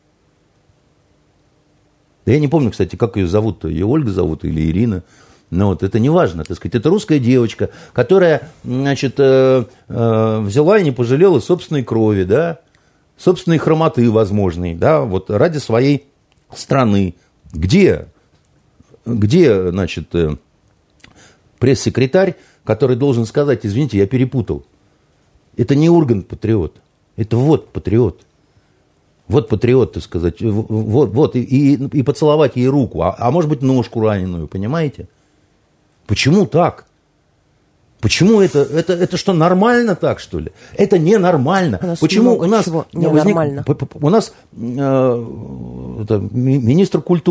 Да я не помню, кстати, как ее зовут, ее Ольга зовут или Ирина. Но вот это не важно, так сказать, это русская девочка, которая, значит, э, э, взяла и не пожалела собственной крови, да, собственной хромоты возможной, да, вот ради своей страны. Где, где, значит, э, пресс-секретарь, который должен сказать, извините, я перепутал. Это не Ургант патриот, это вот патриот. Вот патриот, так сказать, вот, вот и, и, и поцеловать ей руку, а, а может быть ножку раненую, понимаете? Почему так? Почему это, это, это что, нормально так, что ли? Это ненормально. У нас Почему у нас, ненормально. возник, у нас э, это, министр культуры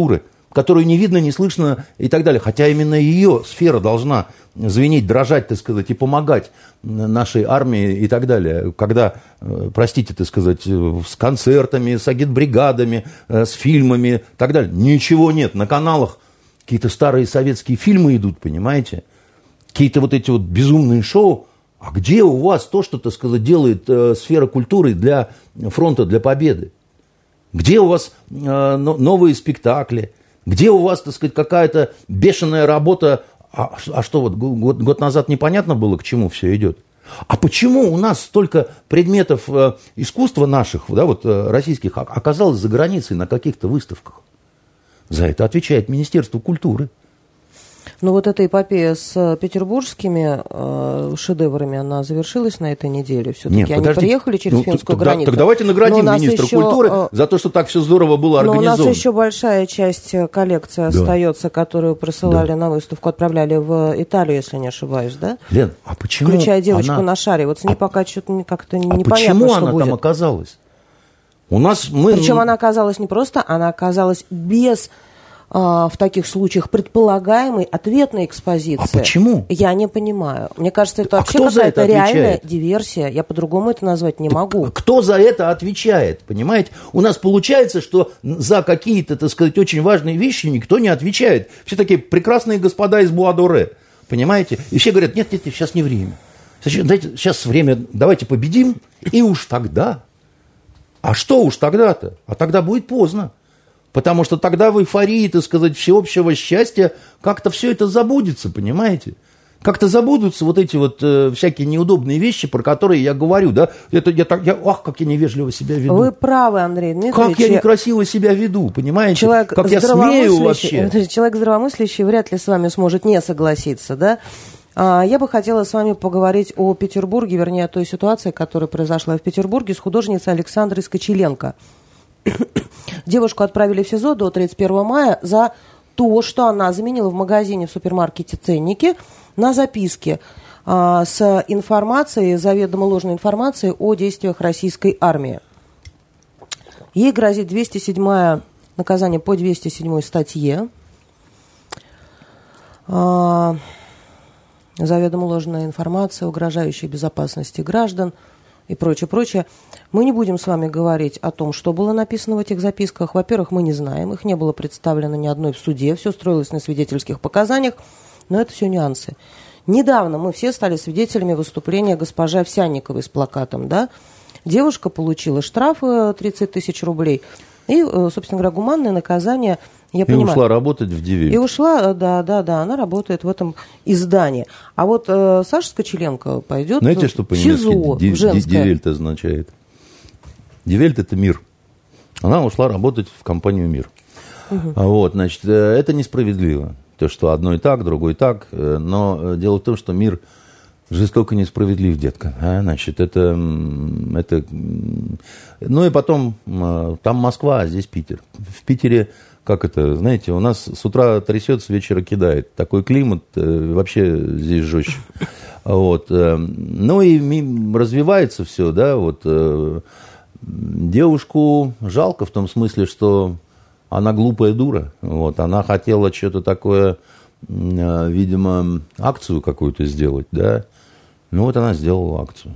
которую не видно, не слышно и так далее. Хотя именно ее сфера должна звенеть, дрожать, так сказать, и помогать нашей армии и так далее. Когда, простите, так сказать, с концертами, с агитбригадами, с фильмами и так далее. Ничего нет. На каналах какие-то старые советские фильмы идут, понимаете? Какие-то вот эти вот безумные шоу. А где у вас то, что, так сказать, делает э, сфера культуры для фронта, для победы? Где у вас э, новые спектакли? Где у вас, так сказать, какая-то бешеная работа? А, а что, вот год, год назад непонятно было, к чему все идет? А почему у нас столько предметов э, искусства наших, да, вот, э, российских, оказалось за границей на каких-то выставках? За это отвечает Министерство культуры. Ну, вот эта эпопея с петербургскими э, шедеврами, она завершилась на этой неделе. Все-таки Нет, они подождите. приехали через ну, финскую тогда, границу. Так давайте наградим министра еще, культуры э, за то, что так все здорово было организовано. Но у нас еще большая часть коллекции да. остается, которую присылали да. на выставку, отправляли в Италию, если не ошибаюсь, да? Лен, а почему Включая девочку она... на шаре. Вот с ней а... пока что-то как-то а непонятно, почему что она будет. там оказалась? У нас мы... Причем она оказалась не просто, она оказалась без... в таких случаях предполагаемой ответной экспозиции. А почему? Я не понимаю. Мне кажется, это а вообще какая-то это реальная диверсия. Я по-другому это назвать не так могу. Кто за это отвечает? Понимаете? У нас получается, что за какие-то, так сказать, очень важные вещи никто не отвечает. Все такие прекрасные господа из Буа-Доре. Понимаете? И все говорят, нет, нет, нет, сейчас не время. Сейчас, дайте, сейчас время, давайте победим, и уж тогда. А что уж тогда-то? А тогда будет поздно. Потому что тогда в эйфории, так сказать, всеобщего счастья как-то все это забудется, понимаете? Как-то забудутся вот эти вот э, всякие неудобные вещи, про которые я говорю, да? Это я так, я, ах, как я невежливо себя веду. Вы правы, Андрей Дмитриевич. Как я некрасиво себя веду, понимаете? Человек как я смею вообще. Человек здравомыслящий вряд ли с вами сможет не согласиться, да? А, я бы хотела с вами поговорить о Петербурге, вернее, о той ситуации, которая произошла в Петербурге с художницей Александрой Скочеленко. Девушку отправили в СИЗО до тридцать первого мая за то, что она заменила в магазине в супермаркете ценники на записки а, с информацией, заведомо ложной информацией о действиях российской армии. Ей грозит двести седьмое наказание по двести седьмой статье. А, заведомо ложная информация, угрожающая безопасности граждан и прочее, прочее. Мы не будем с вами говорить о том, что было написано в этих записках. Во-первых, мы не знаем, их не было представлено ни одной в суде, все строилось на свидетельских показаниях, но это все нюансы. Недавно мы все стали свидетелями выступления госпожи Овсянниковой с плакатом, да? Девушка получила штраф тридцать тысяч рублей и, собственно говоря, гуманное наказание. Я и понимаю. ушла работать в Дивельт. И ушла, да, да, да, она работает в этом издании. А вот э, Саша Скочеленко пойдет Знаете, в что СИЗО, по-немецки в женское. Дивельт означает? Дивельт – это мир. Она ушла работать в компанию «Мир». Угу. Вот, значит, это несправедливо. То, что одной так, другой так. Но дело в том, что мир жестоко несправедлив, детка. А, значит, это, это... Ну и потом, там Москва, а здесь Питер. В Питере... Как это, знаете, у нас с утра трясет, с вечера кидает. Такой климат э, вообще здесь жестче. Вот. Э, ну и развивается все, да, вот. Э, девушку жалко в том смысле, что она глупая дура. Вот. Она хотела что-то такое, э, видимо, акцию какую-то сделать, да. Ну вот она сделала акцию.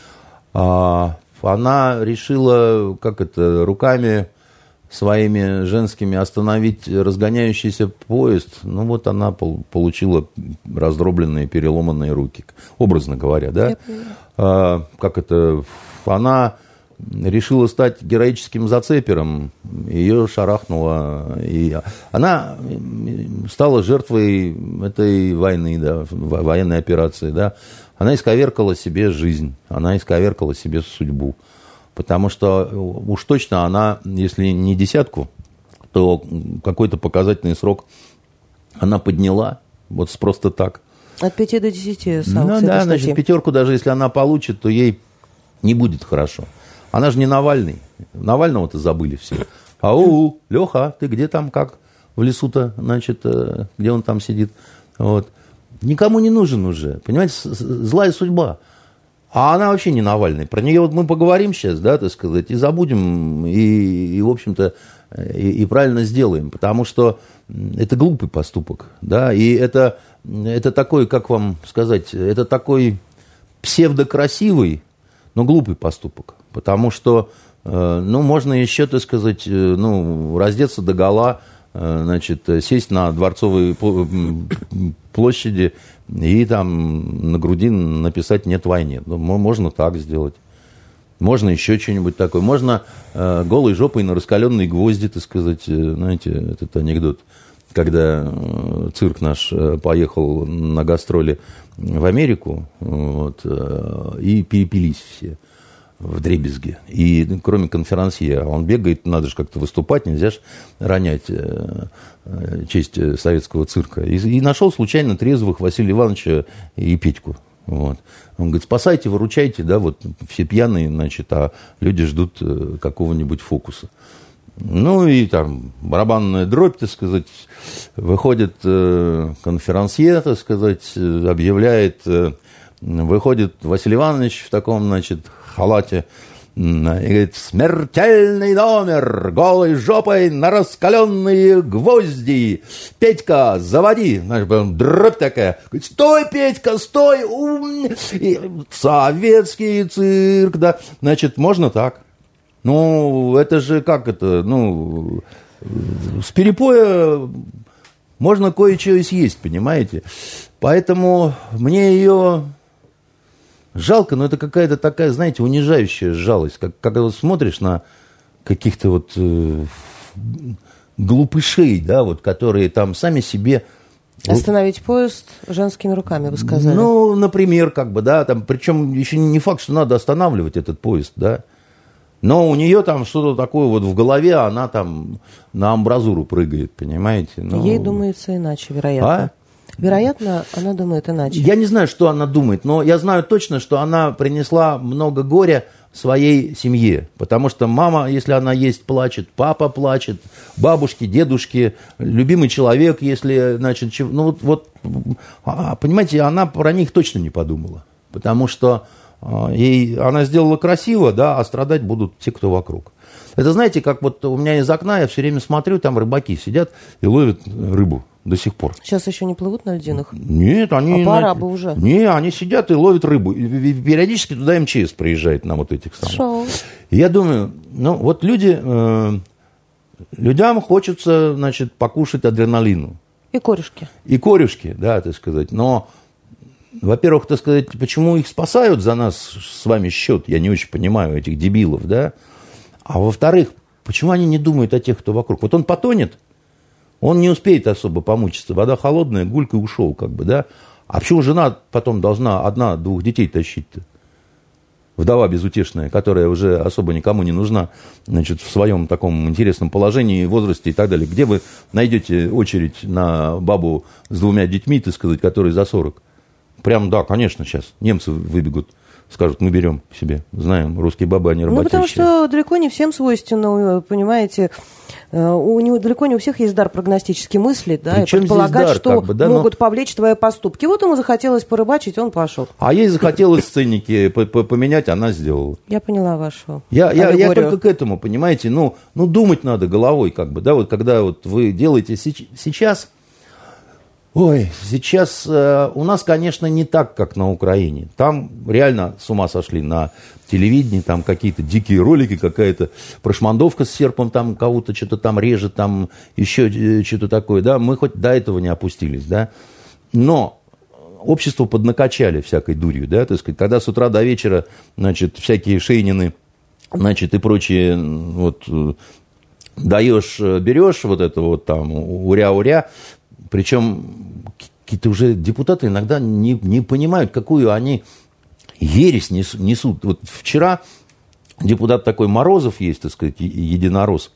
А, она решила, как это, руками... своими женскими остановить разгоняющийся поезд, ну вот она получила раздробленные, переломанные руки, образно говоря, да? А, как это, она решила стать героическим зацепером, ее шарахнуло, и она стала жертвой этой войны, да, военной операции, да? Она исковеркала себе жизнь, она исковеркала себе судьбу. Потому что уж точно она, если не десятку, то какой-то показательный срок она подняла, вот просто так. От пяти до десяти санкций. Ну да, значит, пятерку даже если она получит, то ей не будет хорошо. Она же не Навальный. Навального-то забыли все. Ау, Леха, ты где там, как в лесу-то, значит, где он там сидит? Вот. Никому не нужен уже, понимаете, злая судьба. А она вообще не Навальный. Про нее вот мы поговорим сейчас, да, так сказать, и забудем, и, и в общем-то, и, и правильно сделаем. Потому что это глупый поступок, да, и это, это такой, как вам сказать, это такой псевдокрасивый, но глупый поступок. Потому что, ну, можно еще, так сказать, ну, раздеться догола, значит, сесть на Дворцовой площади и там на груди написать «нет войне». Ну, можно так сделать. Можно еще что-нибудь такое. Можно э, голой жопой на раскаленные гвозди, так сказать. Знаете, этот анекдот, когда э, цирк наш э, поехал на гастроли в Америку, вот, э, и перепились все вдребезги. И кроме конферансье, он бегает, надо же как-то выступать, нельзя же ронять э, э, честь советского цирка. И, и нашел случайно трезвых Василия Ивановича и Петьку. Вот. Он говорит, спасайте, выручайте, да, вот все пьяные, значит, а люди ждут э, какого-нибудь фокуса. Ну и там барабанная дробь, так сказать, выходит э, конферансье, так сказать, объявляет, э, выходит Василий Иванович в таком, значит, халате, и говорит, смертельный номер, голой жопой на раскаленные гвозди. Петька, заводи. Знаешь, дробь такая. Говорит, стой, Петька, стой. И советский цирк, да. Значит, можно так. Ну, это же как это, ну, с перепоя можно кое-что и съесть, понимаете. Поэтому мне ее... жалко, но это какая-то такая, знаете, унижающая жалость. Как, когда вот смотришь на каких-то вот э, глупышей, да, вот, которые там сами себе... Остановить поезд женскими руками, вы сказали. Ну, например, как бы, да, там, причем еще не факт, что надо останавливать этот поезд, да. Но у нее там что-то такое вот в голове, она там на амбразуру прыгает, понимаете. Ну... Ей думается иначе, вероятно. А? Вероятно, она думает иначе. Я не знаю, что она думает, но я знаю точно, что она принесла много горя своей семье. Потому что мама, если она есть, плачет, папа плачет, бабушки, дедушки, любимый человек, если, значит, ну вот, вот понимаете, она про них точно не подумала. Потому что ей, она сделала красиво, да, а страдать будут те, кто вокруг. Это, знаете, как вот у меня из окна, я все время смотрю, там рыбаки сидят и ловят рыбу до сих пор. Сейчас еще не плывут на льдинах? Нет, они... А пора бы уже. Не, они сидят и ловят рыбу. И периодически туда эм че эс приезжает на вот этих самых. Шоу. И я думаю, ну, вот люди... Э, людям хочется, значит, покушать адреналину. И корешки. И корешки, да, так сказать. Но, во-первых, так сказать, почему их спасают за нас с вами счет, я не очень понимаю, этих дебилов, да. А во-вторых, почему они не думают о тех, кто вокруг? Вот он потонет, он не успеет особо помучиться. Вода холодная, гулькой ушел, как бы, да. А почему жена потом должна одна двух детей тащить-то? Вдова безутешная, которая уже особо никому не нужна, значит, в своем таком интересном положении, возрасте и так далее. Где вы найдете очередь на бабу с двумя детьми, так сказать, которые за сорок? Прям, да, конечно, сейчас немцы выбегут. Скажут, мы берем себе, знаем, русские бабы, они работающие. Ну, потому что далеко не всем свойственно, понимаете, у него далеко не у всех есть дар прогностически мыслить, да, Причем и предполагать, дар, что как бы, да, могут но... повлечь твои поступки. Вот ему захотелось порыбачить, он пошел. А ей захотелось сценники поменять, она сделала. Я поняла вашу я, я, я только к этому, понимаете, ну, ну, думать надо головой, как бы, да, вот когда вот вы делаете сейчас... Ой, сейчас э, у нас, конечно, не так, как на Украине. Там реально с ума сошли на телевидении, там какие-то дикие ролики, какая-то прошмандовка с серпом, там кого-то что-то там режет, там еще что-то такое, да. Мы хоть до этого не опустились, да. Но общество поднакачали всякой дурью, да, так сказать. Когда с утра до вечера, значит, всякие Шейнины, значит, и прочие, вот, даешь, берешь вот это вот там, уря-уря. Причем какие-то уже депутаты иногда не, не понимают, какую они ересь несут. Вот вчера депутат такой Морозов есть, так сказать, единорос.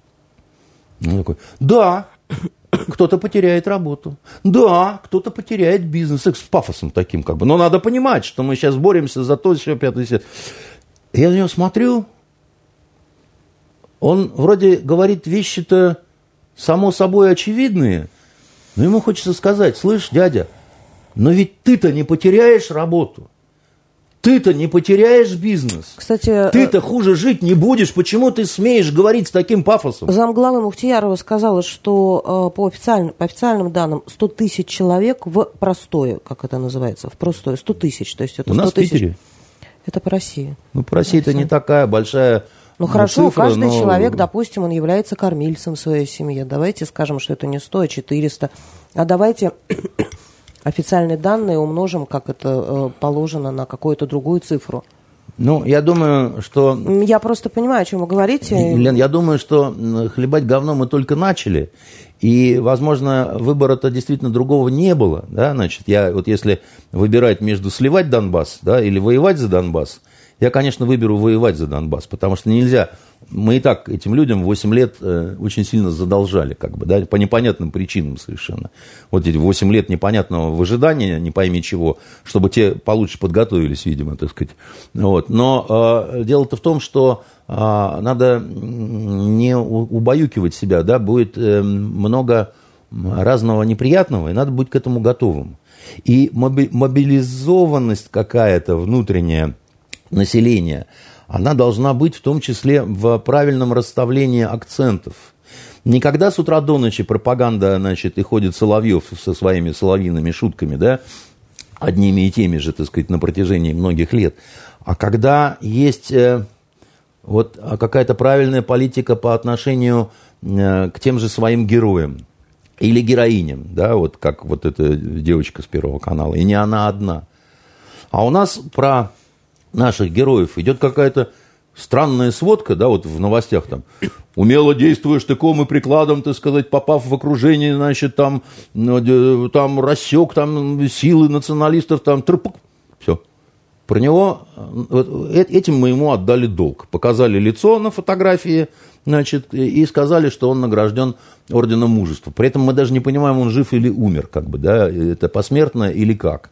Он такой, да, кто-то потеряет работу. Да, кто-то потеряет бизнес. С пафосом таким как бы. Но надо понимать, что мы сейчас боремся за то, еще пятый свет. Я на него смотрю, он вроде говорит вещи-то само собой очевидные, но ему хочется сказать, слышь, дядя, но ведь ты-то не потеряешь работу. Ты-то не потеряешь бизнес. Кстати, ты-то хуже жить не будешь. Почему ты смеешь говорить с таким пафосом? Замглавы Мухтиярова сказала, что по официальным, по официальным данным сто тысяч человек в простое, как это называется, в простое, сто тысяч. То есть это У нас в тысяч. Питере? Это по России. Ну, по России это не такая большая Ну, хорошо, цифра, каждый но... человек, допустим, он является кормильцем в своей семье. Давайте скажем, что это не сто, а четыреста. А давайте официальные данные умножим, как это положено, на какую-то другую цифру. Ну, я думаю, что... Я просто понимаю, о чем вы говорите. Лен, я думаю, что хлебать говно мы только начали. И, возможно, выбора-то действительно другого не было. Да? Значит, я вот если выбирать между сливать Донбасс, да, или воевать за Донбасс, я, конечно, выберу воевать за Донбасс, потому что нельзя... Мы и так этим людям восемь лет э, очень сильно задолжали, как бы, да, по непонятным причинам совершенно. Вот эти восемь лет непонятного выжидания, не пойми чего, чтобы те получше подготовились, видимо, так сказать. Вот. Но э, дело-то в том, что э, надо не убаюкивать себя, да, будет э, много разного неприятного, и надо быть к этому готовым. И моби- мобилизованность какая-то внутренняя населения, она должна быть в том числе в правильном расставлении акцентов. Никогда с утра до ночи пропаганда, значит, и ходит Соловьев со своими соловьиными шутками, да, одними и теми же, так сказать, на протяжении многих лет. А когда есть э, вот какая-то правильная политика по отношению э, к тем же своим героям или героиням, да, вот как вот эта девочка с Первого канала, и не она одна. А у нас про наших героев идет какая-то странная сводка, да, вот в новостях там, умело действуя штыком и прикладом, так сказать, попав в окружение, значит, там, там рассек там силы националистов, там, трпук, все. Про него, вот, этим мы ему отдали долг. Показали лицо на фотографии, значит, и сказали, что он награжден орденом мужества. При этом мы даже не понимаем, он жив или умер, как бы, да, это посмертно или как.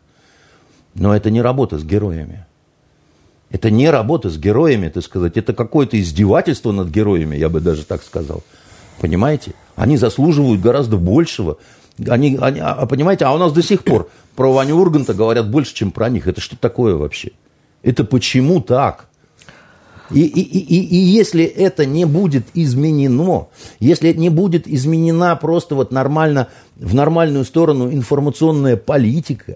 Но это не работа с героями. Это не работа с героями, так сказать, это какое-то издевательство над героями, я бы даже так сказал. Понимаете? Они заслуживают гораздо большего. Они, они, а, понимаете, а у нас до сих пор про Ваню Урганта говорят больше, чем про них. Это что такое вообще? Это почему так? И, и, и, и если это не будет изменено, если не будет изменена просто вот нормально, в нормальную сторону информационная политика,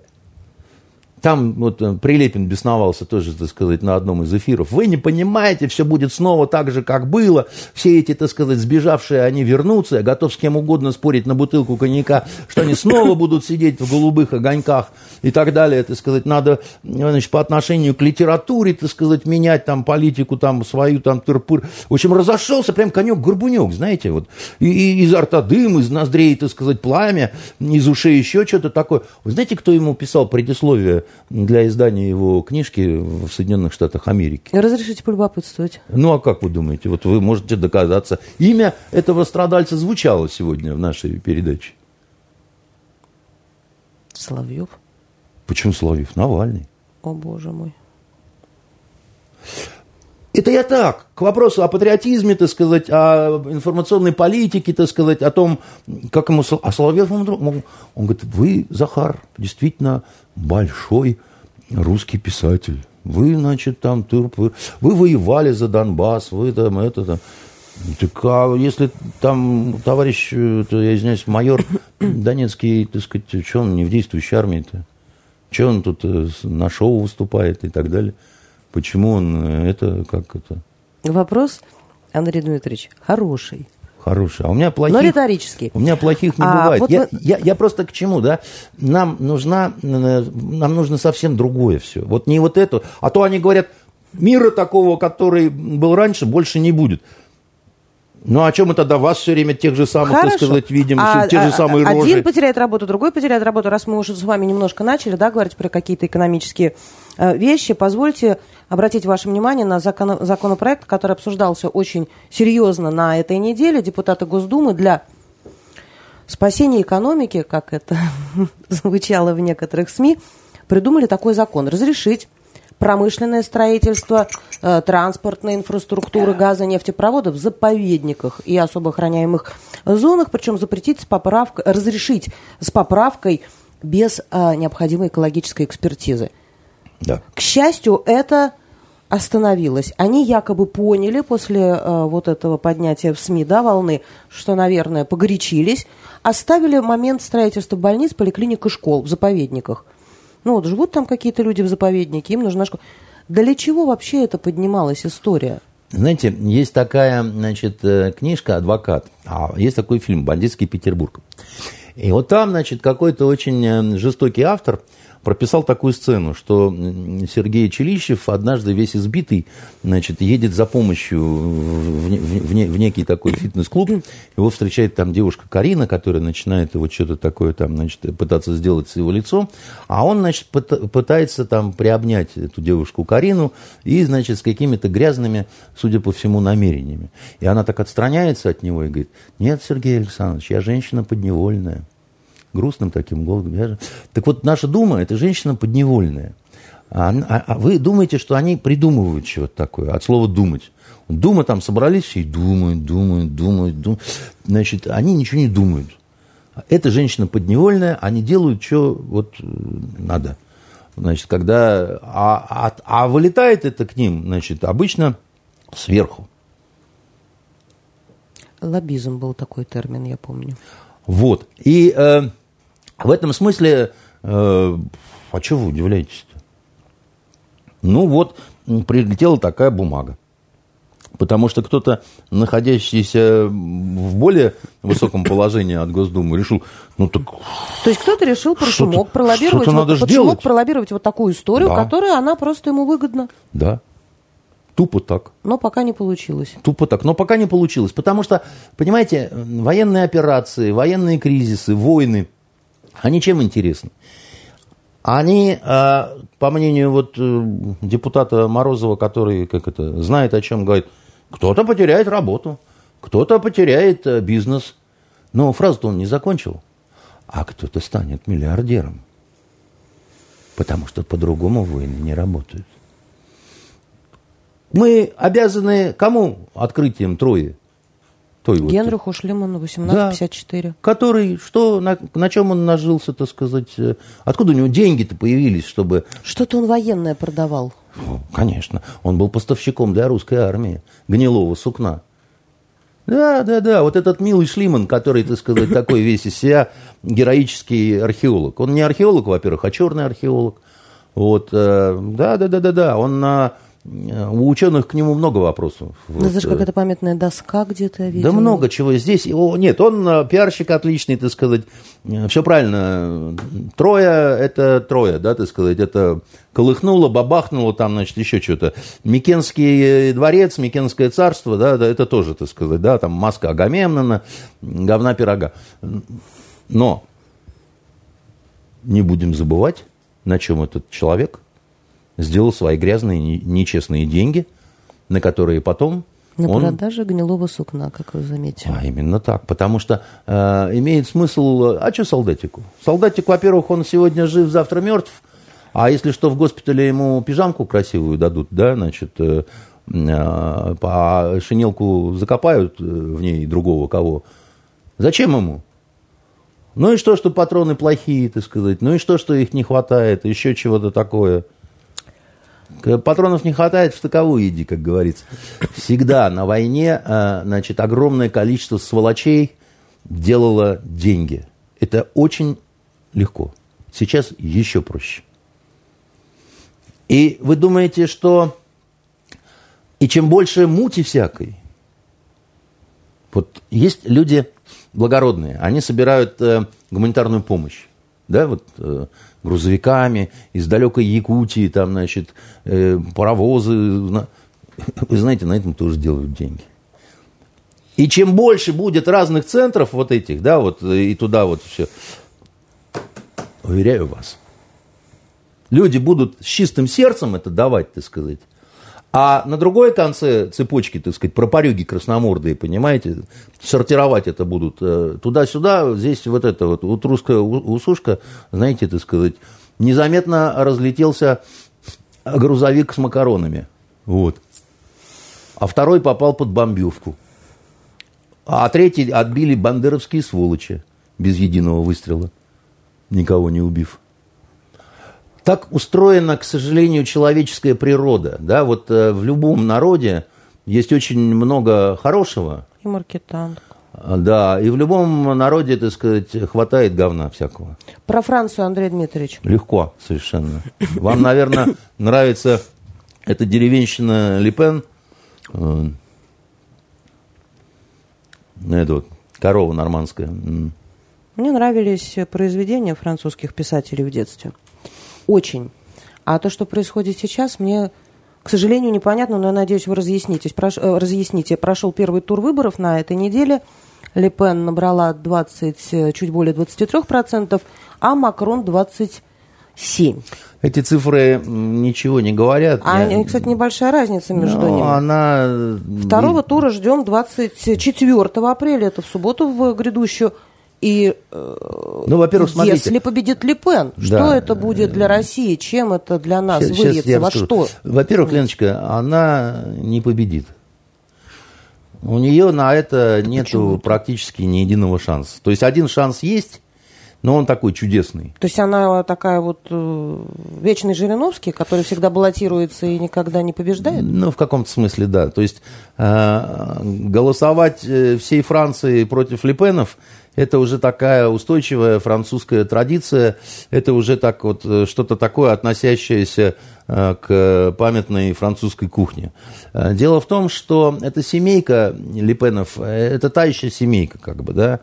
там вот Прилепин бесновался тоже, так сказать, на одном из эфиров. Вы не понимаете, все будет снова так же, как было. Все эти, так сказать, сбежавшие, они вернутся. Я готов с кем угодно спорить на бутылку коньяка, что они снова будут сидеть в голубых огоньках и так далее. Так сказать, надо, значит, по отношению к литературе, так сказать, менять там политику, там свою, там тыр-пыр. В общем, разошелся прям конек-горбунек, знаете, вот. И, и изо рта дым, из ноздрей, так сказать, пламя, из ушей еще что-то такое. Вы знаете, кто ему писал предисловие для издания его книжки в Соединенных Штатах Америки? Разрешите полюбопытствовать. Ну, а как вы думаете? Вот вы можете доказаться. Имя этого страдальца звучало сегодня в нашей передаче. Соловьев. Почему Соловьев? Навальный. О, боже мой. Это я так, к вопросу о патриотизме, так сказать, о информационной политике, так сказать, о том, как ему... А Соловьев, он, он, он говорит, вы, Захар, действительно большой русский писатель. Вы, значит, там, вы, вы воевали за Донбасс, вы там, это, там. Так, а если там товарищ, то, я извиняюсь, майор Донецкий, так сказать, что он не в действующей армии-то? Что он тут на шоу выступает и так далее? Почему он это, как это? Вопрос, Андрей Дмитриевич, хороший. Хороший. А у меня плохих... Но риторический. У меня плохих не а бывает. Вот я, вы... я, я просто к чему, да? Нам нужна, нам нужно совсем другое все. Вот не вот это. А то они говорят, мира такого, который был раньше, больше не будет. Ну, а чем мы тогда вас все время тех же самых, Хорошо. так сказать, видим, а, те же самые а, рожи? Один потеряет работу, другой потеряет работу. Раз мы уже с вами немножко начали, да, говорить про какие-то экономические э, вещи, позвольте обратить ваше внимание на закон, законопроект, который обсуждался очень серьезно на этой неделе. Депутаты Госдумы для спасения экономики, как это звучало в некоторых СМИ, придумали такой закон. Разрешить промышленное строительство, э, транспортной инфраструктуры, газа, нефтепроводов в заповедниках и особо охраняемых зонах, причем запретить с поправкой, разрешить с поправкой без э, необходимой экологической экспертизы. Да. К счастью, это остановилось. Они якобы поняли после э, вот этого поднятия в СМИ, да, волны, что, наверное, погорячились, оставили момент строительства больниц, поликлиник и школ в заповедниках. Ну вот живут там какие-то люди в заповеднике, им нужна школа. Для чего вообще это поднималась история? Знаете, есть такая, значит, книжка «Адвокат», а есть такой фильм «Бандитский Петербург». И вот там, значит, какой-то очень жестокий автор прописал такую сцену, что Сергей Челищев однажды весь избитый, значит, едет за помощью в, в, в, в некий такой фитнес-клуб. Его встречает там девушка Карина, которая начинает его что-то такое там, значит, пытаться сделать с его лицом. А он, значит, пытается там приобнять эту девушку Карину и, значит, с какими-то грязными, судя по всему, намерениями. И она так отстраняется от него и говорит: нет, Сергей Александрович, я женщина подневольная. Грустным таким голосом. Так вот, наша Дума – это женщина подневольная. А, а, а вы думаете, что они придумывают чего-то такое, от слова «думать». Дума там собрались все и думают, думают, думают, думают. Значит, они ничего не думают. Это женщина подневольная, они делают, что вот надо. Значит, когда... А, а, а вылетает это к ним, значит, обычно сверху. Лоббизм был такой термин, я помню. Вот. И... Э, В этом смысле, э, а чего вы удивляетесь-то? Ну вот, прилетела такая бумага. Потому что кто-то, находящийся в более высоком положении от Госдумы, решил, ну так... То есть кто-то решил под шумок пролоббировать, вот, под шумок пролоббировать вот такую историю, да, которая, она просто ему выгодна. Да. Тупо так. Но пока не получилось. Тупо так. Но пока не получилось. Потому что, понимаете, военные операции, военные кризисы, войны, они чем интересны? Они, по мнению вот депутата Морозова, который, как это, знает, о чем говорит, кто-то потеряет работу, кто-то потеряет бизнес. Но фразу-то он не закончил. А кто-то станет миллиардером. Потому что по-другому войны не работают. Мы обязаны кому открытием Трои? Той Генриху вот, Шлеману, восемнадцать пятьдесят четыре. Да, который, что, на, на чем он нажился, так сказать, откуда у него деньги-то появились, чтобы... Что-то он военное продавал. Ну, конечно, он был поставщиком для русской армии гнилого сукна. Да, да, да, вот этот милый Шлиман, который, так сказать, такой весь из себя героический археолог. Он не археолог, во-первых, а черный археолог. Вот, да, да, да, да, да, он на... У ученых к нему много вопросов. Ну, вот. Это же какая-то памятная доска где-то, я видела. Да много чего здесь. О, нет, он пиарщик отличный, так сказать. Все правильно. Троя – это Троя, да, так сказать. Это колыхнуло, бабахнуло, там, значит, еще что-то. Микенский дворец, Микенское царство, да, это тоже, так сказать, да, там маска Агамемнона, говна пирога. Но не будем забывать, на чем этот человек сделал свои грязные, нечестные деньги, на которые потом... На он... продаже гнилого сукна, как вы заметили. А именно так, потому что э, имеет смысл... А что солдатику? Солдатик, во-первых, он сегодня жив, завтра мертв, а если что, в госпитале ему пижамку красивую дадут, да, значит, э, э, по шинелку закопают в ней другого кого. Зачем ему? Ну и что, что патроны плохие, так сказать, ну и что, что их не хватает, еще чего-то такое... Патронов не хватает, в таковую иди, как говорится. Всегда на войне, значит, огромное количество сволочей делало деньги. Это очень легко. Сейчас еще проще. И вы думаете, что... И чем больше мути всякой... Вот есть люди благородные, они собирают гуманитарную помощь. Да, вот грузовиками из далекой Якутии, там, значит, паровозы. Вы знаете, на этом тоже делают деньги. И чем больше будет разных центров вот этих, да, вот, и туда вот все, уверяю вас, люди будут с чистым сердцем это давать, так сказать. А на другой конце цепочки, так сказать, пропорюги красномордые, понимаете, сортировать это будут туда-сюда, здесь вот это вот, вот русская усушка, знаете, так сказать, незаметно разлетелся грузовик с макаронами, вот. А второй попал под бомбежку. А третий отбили бандеровские сволочи без единого выстрела, никого не убив. Так устроена, к сожалению, человеческая природа. Да? Вот э, в любом народе есть очень много хорошего. И маркетант. Да, и в любом народе, так сказать, хватает говна всякого. Про Францию, Андрей Дмитриевич. Легко совершенно. Вам, наверное, нравится эта деревенщина Ле Пен. Это вот корова нормандская. Мне нравились произведения французских писателей в детстве. Очень. А то, что происходит сейчас, мне, к сожалению, непонятно, но я надеюсь, вы разъяснитесь. Прош... разъясните. Прошел первый тур выборов на этой неделе. Ле Пен набрала двадцать, чуть более двадцать три процента, а Макрон двадцать семь процентов. Эти цифры ничего не говорят. А, Я... кстати, небольшая разница между Но ними. Она... Второго тура ждем двадцать четвёртого апреля, это в субботу в грядущую. И ну, во-первых, смотрите. Если победит Ле Пен, да. Что это будет для России? Чем это для нас сейчас, выльется? Сейчас Во расскажу. что? Во-первых, Леночка, она не победит. У нее на это нету практически ни единого шанса. То есть один шанс есть, но он такой чудесный. То есть она такая вот э, вечный Жириновский, который всегда баллотируется и никогда не побеждает? Ну, в каком-то смысле, да. То есть э, голосовать всей Франции против Ле Пенов — это уже такая устойчивая французская традиция, это уже так вот что-то такое, относящееся к памятной французской кухне. Дело в том, что эта семейка Ле Пенов, это та еще семейка, как бы, да,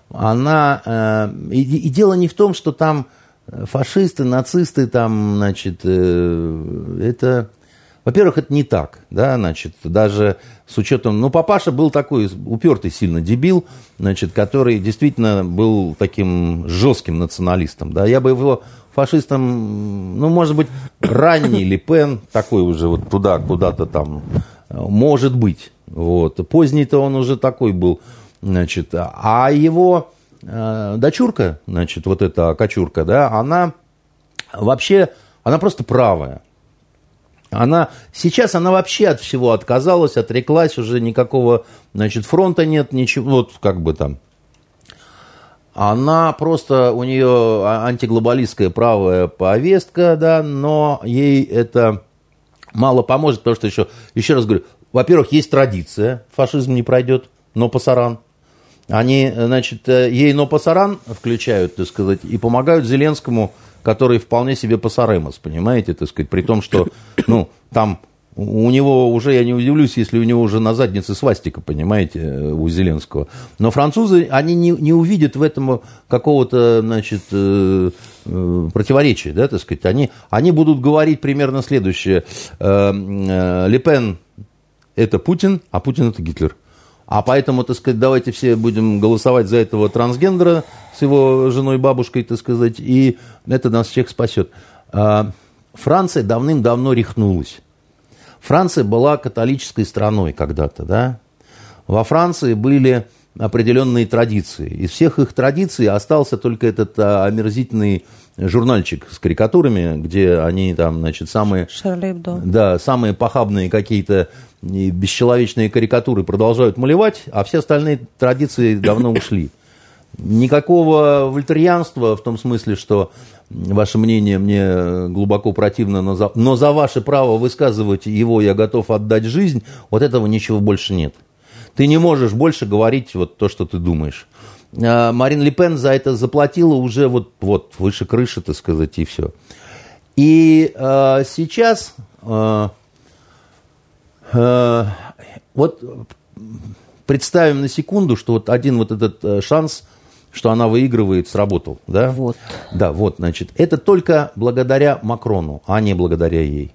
она, и, и дело не в том, что там фашисты, нацисты, там, значит, это... Во-первых, это не так, да, значит, даже с учетом, ну, папаша был такой упертый сильно дебил, значит, который действительно был таким жестким националистом, да, я бы его фашистом, ну, может быть, ранний Ле Пен, такой уже вот туда, куда-то там, может быть, вот, поздний-то он уже такой был, значит, а его э, дочурка, значит, вот эта кочурка, да, она вообще, она просто правая. Она, сейчас она вообще от всего отказалась, отреклась, уже никакого, значит, фронта нет, ничего, вот как бы там. Она просто, у нее антиглобалистская правая повестка, да, но ей это мало поможет, потому что еще, еще раз говорю, во-первых, есть традиция, фашизм не пройдет, но пасаран. Они, значит, ей но пасаран включают, так сказать, и помогают Зеленскому, который вполне себе пасаремос, понимаете, так сказать, при том, что, ну, там у него уже, я не удивлюсь, если у него уже на заднице свастика, понимаете, у Зеленского. Но французы, они не, не увидят в этом какого-то, значит, э, э, противоречия, да, так сказать, они, они будут говорить примерно следующее. Э, э, Ле Пен – это Путин, а Путин – это Гитлер. А поэтому, так сказать, давайте все будем голосовать за этого трансгендера с его женой-бабушкой, так сказать, и это нас всех спасет. Франция давным-давно рехнулась. Франция была католической страной когда-то, да. Во Франции были определенные традиции. Из всех их традиций остался только этот омерзительный журнальчик с карикатурами, где они там, значит, самые, да, самые похабные какие-то бесчеловечные карикатуры продолжают малевать, а все остальные традиции давно ушли. Никакого вольтерьянства в том смысле, что ваше мнение мне глубоко противно, но за, но за ваше право высказывать его я готов отдать жизнь, вот этого ничего больше нет. Ты не можешь больше говорить вот то, что ты думаешь. Марин Ле Пен за это заплатила уже вот, вот выше крыши, так сказать, и все. И э, сейчас э, э, вот представим на секунду, что вот один вот этот шанс, что она выигрывает, сработал, да? Вот. Да, вот, значит, это только благодаря Макрону, а не благодаря ей.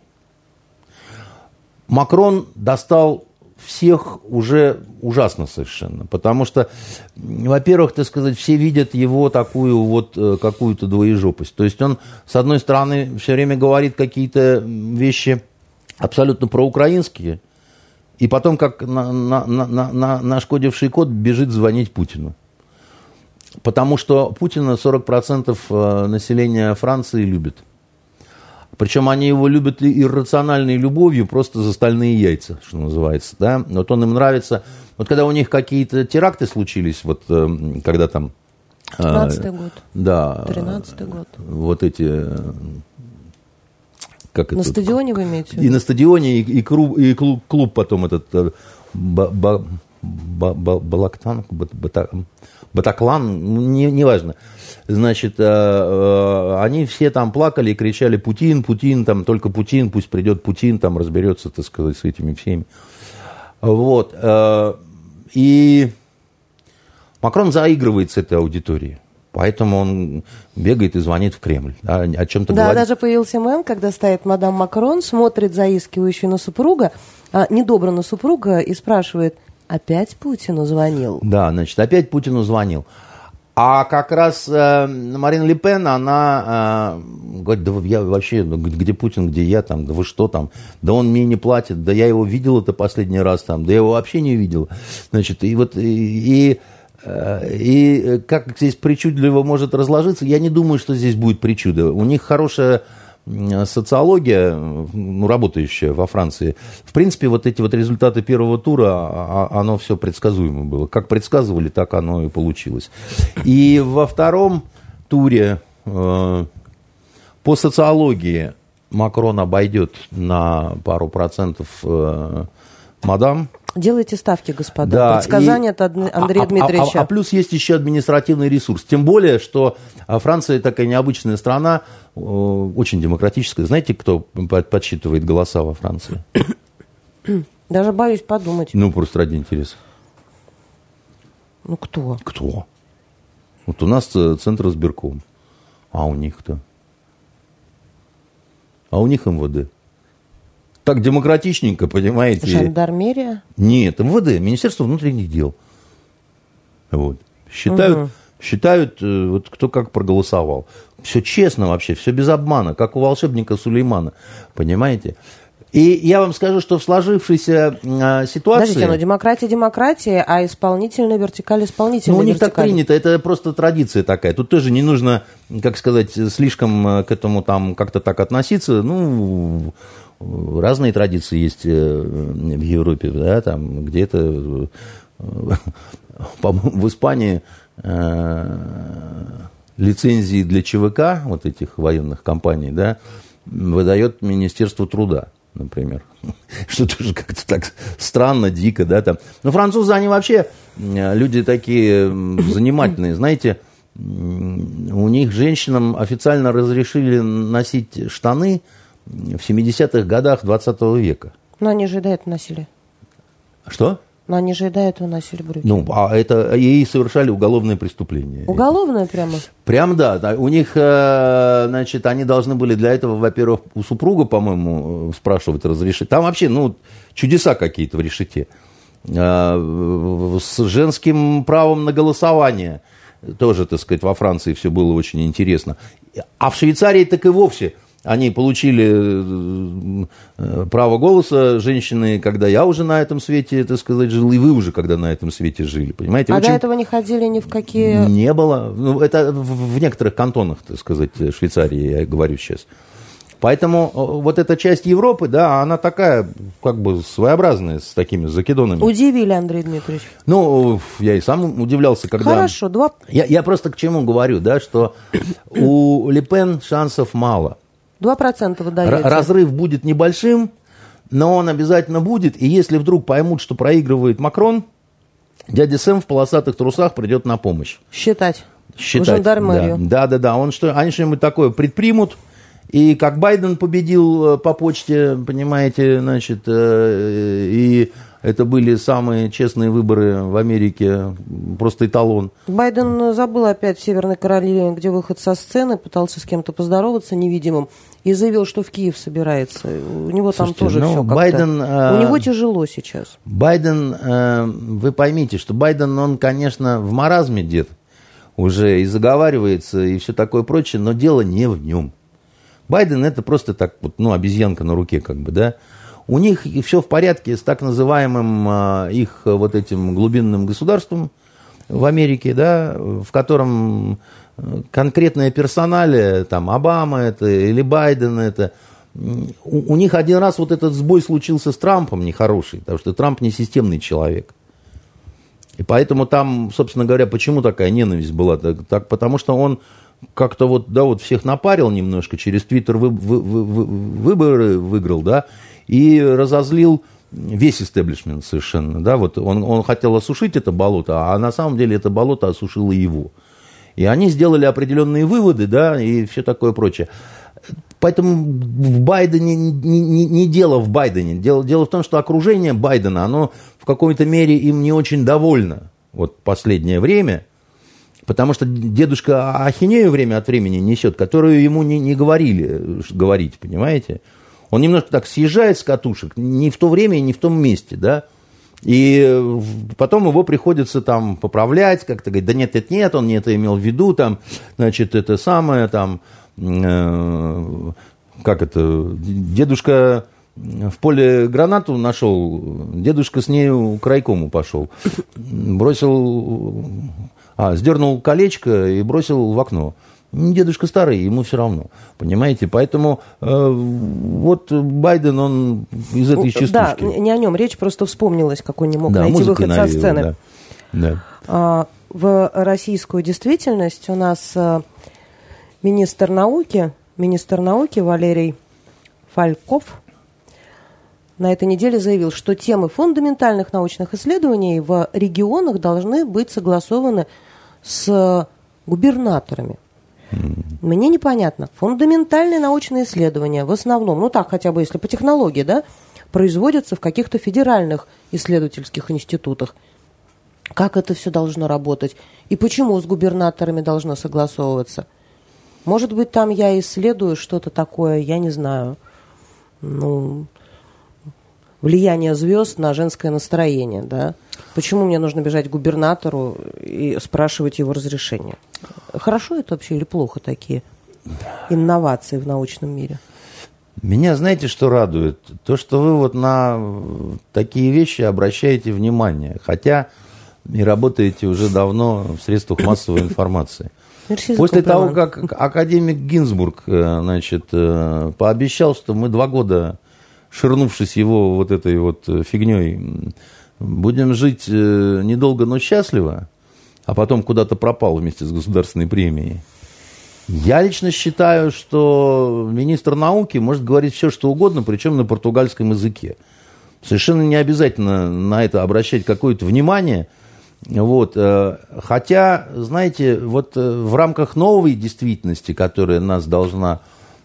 Макрон достал всех уже ужасно совершенно, потому что, во-первых, так сказать, все видят его такую вот какую-то двоежопость. То есть он, с одной стороны, все время говорит какие-то вещи абсолютно проукраинские, и потом, как на, на, на, на, нашкодивший кот, бежит звонить Путину. Потому что Путина сорок процентов населения Франции любит. Причем они его любят иррациональной любовью, просто за стальные яйца, что называется. Да? Вот он им нравится. Вот когда у них какие-то теракты случились, вот когда там... пятнадцатый год. Да. тринадцатый год. Вот эти как на это, стадионе вы имеете в виду? И на стадионе, и, и, клуб, и клуб, клуб потом этот ба, ба, ба, ба, Балактан, Бата, Батаклан, не, неважно. Значит, э, э, они все там плакали и кричали: Путин, Путин, там только Путин, пусть придет Путин, там разберется, так сказать, с этими всеми. Вот. Э, и Макрон заигрывает с этой аудиторией. Поэтому он бегает и звонит в Кремль. Да, о чем-то да, говорит. Даже появился мем, когда стоит мадам Макрон, смотрит заискивающе на супруга, а, недобро на супруга, и спрашивает: опять Путину звонил? Да, значит, опять Путину звонил. А как раз э, Марин Ле Пен, она э, говорит: да я вообще, где Путин, где я, там, да вы что там, да он мне не платит, да я его видел это последний раз, там, да я его вообще не видел. Значит, и вот, и, и, и как здесь причудливо может разложиться, я не думаю, что здесь будет причуда. У них хорошая социология, ну, работающая во Франции. В принципе, вот эти вот результаты первого тура, оно все предсказуемо было. Как предсказывали, так оно и получилось. И во втором туре э, по социологии Макрон обойдет на пару процентов э, мадам. Делайте ставки, господа. Да, предсказания от Андрея а, Дмитриевича. А, а, а плюс есть еще административный ресурс. Тем более, что Франция такая необычная страна, очень демократическая. Знаете, кто подсчитывает голоса во Франции? Даже боюсь подумать. Ну, просто ради интереса. Ну, кто? Кто? Вот у нас Центр избирком. А у них кто? А у них эм вэ дэ. Так демократичненько, понимаете? Жандармерия? Нет, эм вэ дэ, Министерство внутренних дел. Вот. Считают, угу. считают, вот кто как проголосовал. Все честно вообще, все без обмана, как у волшебника Сулеймана. Понимаете? И я вам скажу, что в сложившейся э, ситуации... Подождите, но демократия демократия, а исполнительная вертикаль исполнительная вертикаль. Ну, у них вертикаль. так принято, это просто традиция такая. Тут тоже не нужно, как сказать, слишком к этому там как-то так относиться. Ну... Разные традиции есть в Европе, да, там где-то, по-моему, в Испании э, лицензии для ЧВК, вот этих военных компаний, да, выдает Министерство труда, например. Что тоже как-то так странно, дико, да, там. Но французы, они вообще люди такие занимательные, знаете, у них женщинам официально разрешили носить штаны в семидесятых годах двадцатого века. Но они же и до этого носили. Что? Но они же и до этого носили брюки. Ну, а это и совершали уголовное преступление. Уголовное прямо? Прям, да. да. У них, значит, они должны были для этого, во-первых, у супруга, по-моему, спрашивать разрешить. Там вообще, ну, чудеса какие-то в решете. С женским правом на голосование. Тоже, так сказать, во Франции все было очень интересно. А в Швейцарии так и вовсе... Они получили право голоса, женщины, когда я уже на этом свете, так сказать, жил, и вы уже, когда на этом свете жили, понимаете? А очень... до этого не ходили ни в какие... Не было. Ну, это в некоторых кантонах, так сказать, Швейцарии, я говорю сейчас. Поэтому вот эта часть Европы, да, она такая, как бы своеобразная, с такими закидонами. Удивили, Андрей Дмитриевич. Ну, я и сам удивлялся, когда... Хорошо, два... Я, я просто к чему говорю, да, что у Ле Пен шансов мало. Два процента вы даете. Разрыв будет небольшим, но он обязательно будет. И если вдруг поймут, что проигрывает Макрон, дядя Сэм в полосатых трусах придет на помощь. Считать. Считать. В жандармерию. Да, да, да. Он что, они что-нибудь такое предпримут. И как Байден победил по почте, понимаете, значит, и это были самые честные выборы в Америке, просто эталон. Байден забыл опять в Северной Каролине, где выход со сцены, пытался с кем-то поздороваться невидимым и заявил, что в Киев собирается. У него Слушайте, там тоже ну, все как-то... Байден, У него тяжело сейчас. Байден, вы поймите, что Байден, он, конечно, в маразме дед уже и заговаривается, и все такое прочее, но дело не в нем. Байден это просто так вот, ну, обезьянка на руке, как бы, да. У них все в порядке с так называемым а, их вот этим глубинным государством в Америке, да, в котором конкретная персоналия, там, Обама это или Байден это, у, у них один раз вот этот сбой случился с Трампом нехороший, потому что Трамп не системный человек. И поэтому там, собственно говоря, почему такая ненависть была? Так, так, потому что он как-то вот, да, вот всех напарил немножко, через Твиттер вы, вы, вы, выборы выиграл, да, и разозлил весь истеблишмент совершенно, да, вот он, он хотел осушить это болото, а на самом деле это болото осушило его. И они сделали определенные выводы, да, и все такое прочее. Поэтому в Байдене не, не, не дело в Байдене. Дело, дело в том, что окружение Байдена, оно в какой-то мере им не очень довольно вот последнее время, потому что дедушка ахинею время от времени несет, которую ему не, не говорили говорить, понимаете? Он немножко так съезжает с катушек, не в то время и не в том месте, да, и потом его приходится там поправлять, как-то говорить, да нет, это нет, он не это имел в виду, там, значит, это самое, там, э, как это, дедушка в поле гранату нашел, дедушка с нею к райкому пошел, бросил, а, сдернул колечко и бросил в окно. Дедушка старый, ему все равно, понимаете? Поэтому э, вот Байден, он из этой частушки. Да, не о нем речь, просто вспомнилось, как он не мог да, найти выход со сцены. Да. Да. А, в российскую действительность у нас а, министр науки, министр науки Валерий Фальков на этой неделе заявил, что темы фундаментальных научных исследований в регионах должны быть согласованы с губернаторами. Мне непонятно. Фундаментальные научные исследования в основном, ну так хотя бы если по технологии, да, производятся в каких-то федеральных исследовательских институтах. Как это все должно работать? И почему с губернаторами должно согласовываться? Может быть, там я исследую что-то такое, я не знаю, ну, влияние звезд на женское настроение, да? Почему мне нужно бежать к губернатору и спрашивать его разрешение? Хорошо это вообще или плохо такие инновации в научном мире? Меня, знаете, что радует? То, что вы вот на такие вещи обращаете внимание, хотя и работаете уже давно в средствах массовой информации. Мерси После того, как академик Гинзбург, значит, пообещал, что мы два года, ширнувшись его вот этой вот фигней, будем жить недолго, но счастливо, а потом куда-то пропал вместе с государственной премией. Я лично считаю, что министр науки может говорить все, что угодно, причем на португальском языке. Совершенно не обязательно на это обращать какое-то внимание. Вот. Хотя, знаете, вот в рамках новой действительности, которая нас должна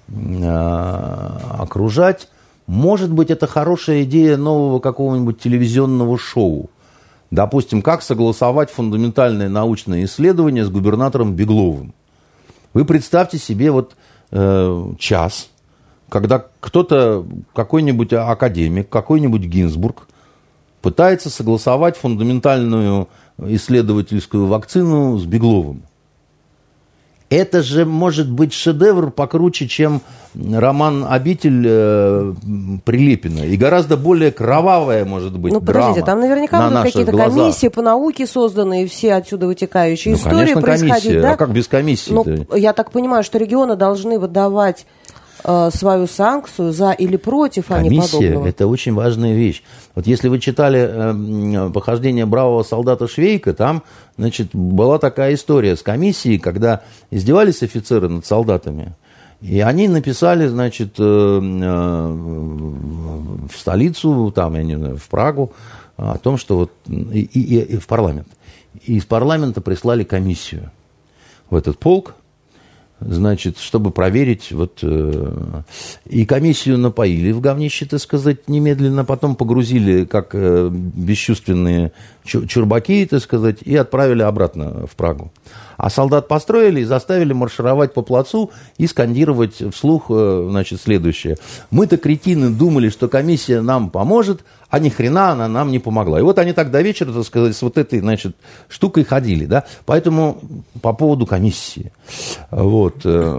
окружать, может быть, это хорошая идея нового какого-нибудь телевизионного шоу. Допустим, как согласовать фундаментальное научное исследование с губернатором Бегловым. Вы представьте себе вот э, час, когда кто-то, какой-нибудь академик, какой-нибудь Гинзбург пытается согласовать фундаментальную исследовательскую вакцину с Бегловым. Это же может быть шедевр покруче, чем роман «Обитель» э, Прилепина. И гораздо более кровавая может быть драма. Ну, подождите, там наверняка на будут какие-то глазах. Комиссии по науке созданы, и все отсюда вытекающие ну, истории конечно, происходить. Комиссия. Да? А как без комиссии? Ну, я так понимаю, что регионы должны выдавать э, свою санкцию за или против, а не подобного. Комиссия – это очень важная вещь. Вот если вы читали э, «Похождение бравого солдата Швейка», там, значит, была такая история с комиссией, когда издевались офицеры над солдатами. И они написали, значит, в столицу, там, я не знаю, в Прагу, о том, что вот, и, и, и в парламент. И из парламента прислали комиссию в этот полк, значит, чтобы проверить, вот, и комиссию напоили в говнище, так сказать, немедленно, потом погрузили, как бесчувственные чурбаки, так сказать, и отправили обратно в Прагу. А солдат построили и заставили маршировать по плацу и скандировать вслух, значит, следующее. Мы-то, кретины, думали, что комиссия нам поможет, а ни хрена она нам не помогла. И вот они так до вечера, так сказать, с вот этой, значит, штукой ходили, да. Поэтому по поводу комиссии. Вот.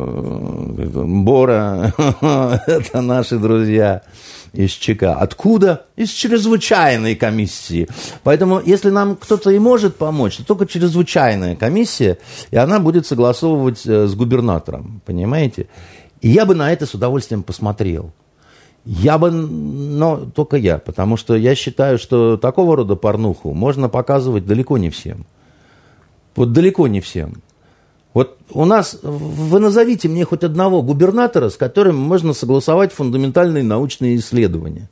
Бора, это наши друзья из ЧК. Откуда? Из чрезвычайной комиссии. Поэтому, если нам кто-то и может помочь, то только чрезвычайная комиссия, и она будет согласовывать с губернатором, понимаете? И я бы на это с удовольствием посмотрел. Я бы, но только я, потому что я считаю, что такого рода порнуху можно показывать далеко не всем. Вот далеко не всем. Вот у нас, вы назовите мне хоть одного губернатора, с которым можно согласовать фундаментальные научные исследования.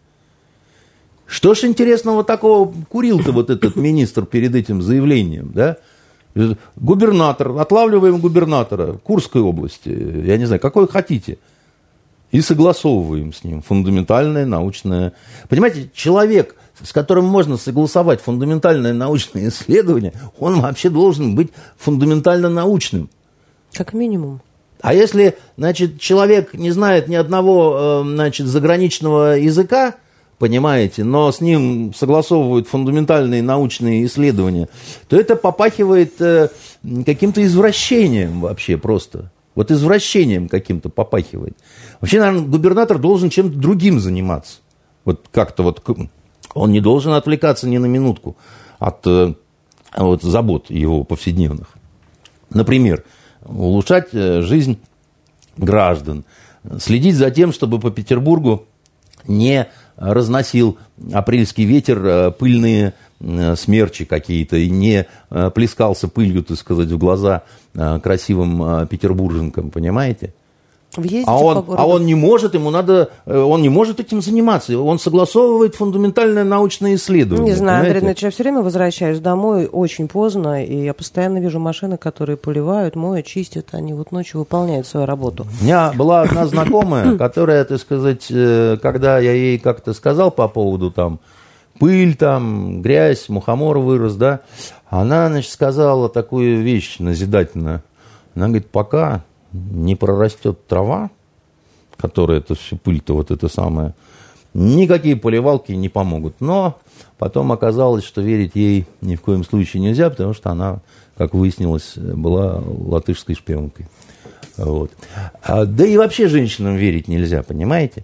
Что ж интересного такого курил-то вот этот министр перед этим заявлением, да? Губернатор, отлавливаем губернатора Курской области, я не знаю, какой хотите, и согласовываем с ним фундаментальное научное... Понимаете, человек, с которым можно согласовать фундаментальное научное исследование, он вообще должен быть фундаментально научным. Как минимум. А если, значит, человек не знает ни одного, значит, заграничного языка, понимаете, но с ним согласовывают фундаментальные научные исследования, то это попахивает э, каким-то извращением вообще просто. Вот извращением каким-то попахивает. Вообще, наверное, губернатор должен чем-то другим заниматься. Вот как-то вот он не должен отвлекаться ни на минутку от э, вот, забот его повседневных. Например, улучшать жизнь граждан, следить за тем, чтобы по Петербургу не разносил апрельский ветер пыльные смерчи какие-то и не плескался пылью, так сказать, в глаза красивым петербурженкам, понимаете? А он, а он не может, ему надо, он не может этим заниматься. Он согласовывает фундаментальное научное исследование. Не знаю, Андрей Дмитриевич, я все время возвращаюсь домой очень поздно, и я постоянно вижу машины, которые поливают, моют, чистят, они вот ночью выполняют свою работу. У меня была одна знакомая, которая, так сказать, когда я ей как-то сказал по поводу там пыль, там, грязь, мухомор вырос, да, она, значит, сказала такую вещь назидательную. Она говорит, пока не прорастет трава, которая это всю пыль-то вот это самое, никакие поливалки не помогут. Но потом оказалось, что верить ей ни в коем случае нельзя, потому что она, как выяснилось, была латышской шпионкой. Вот. Да и вообще женщинам верить нельзя, понимаете?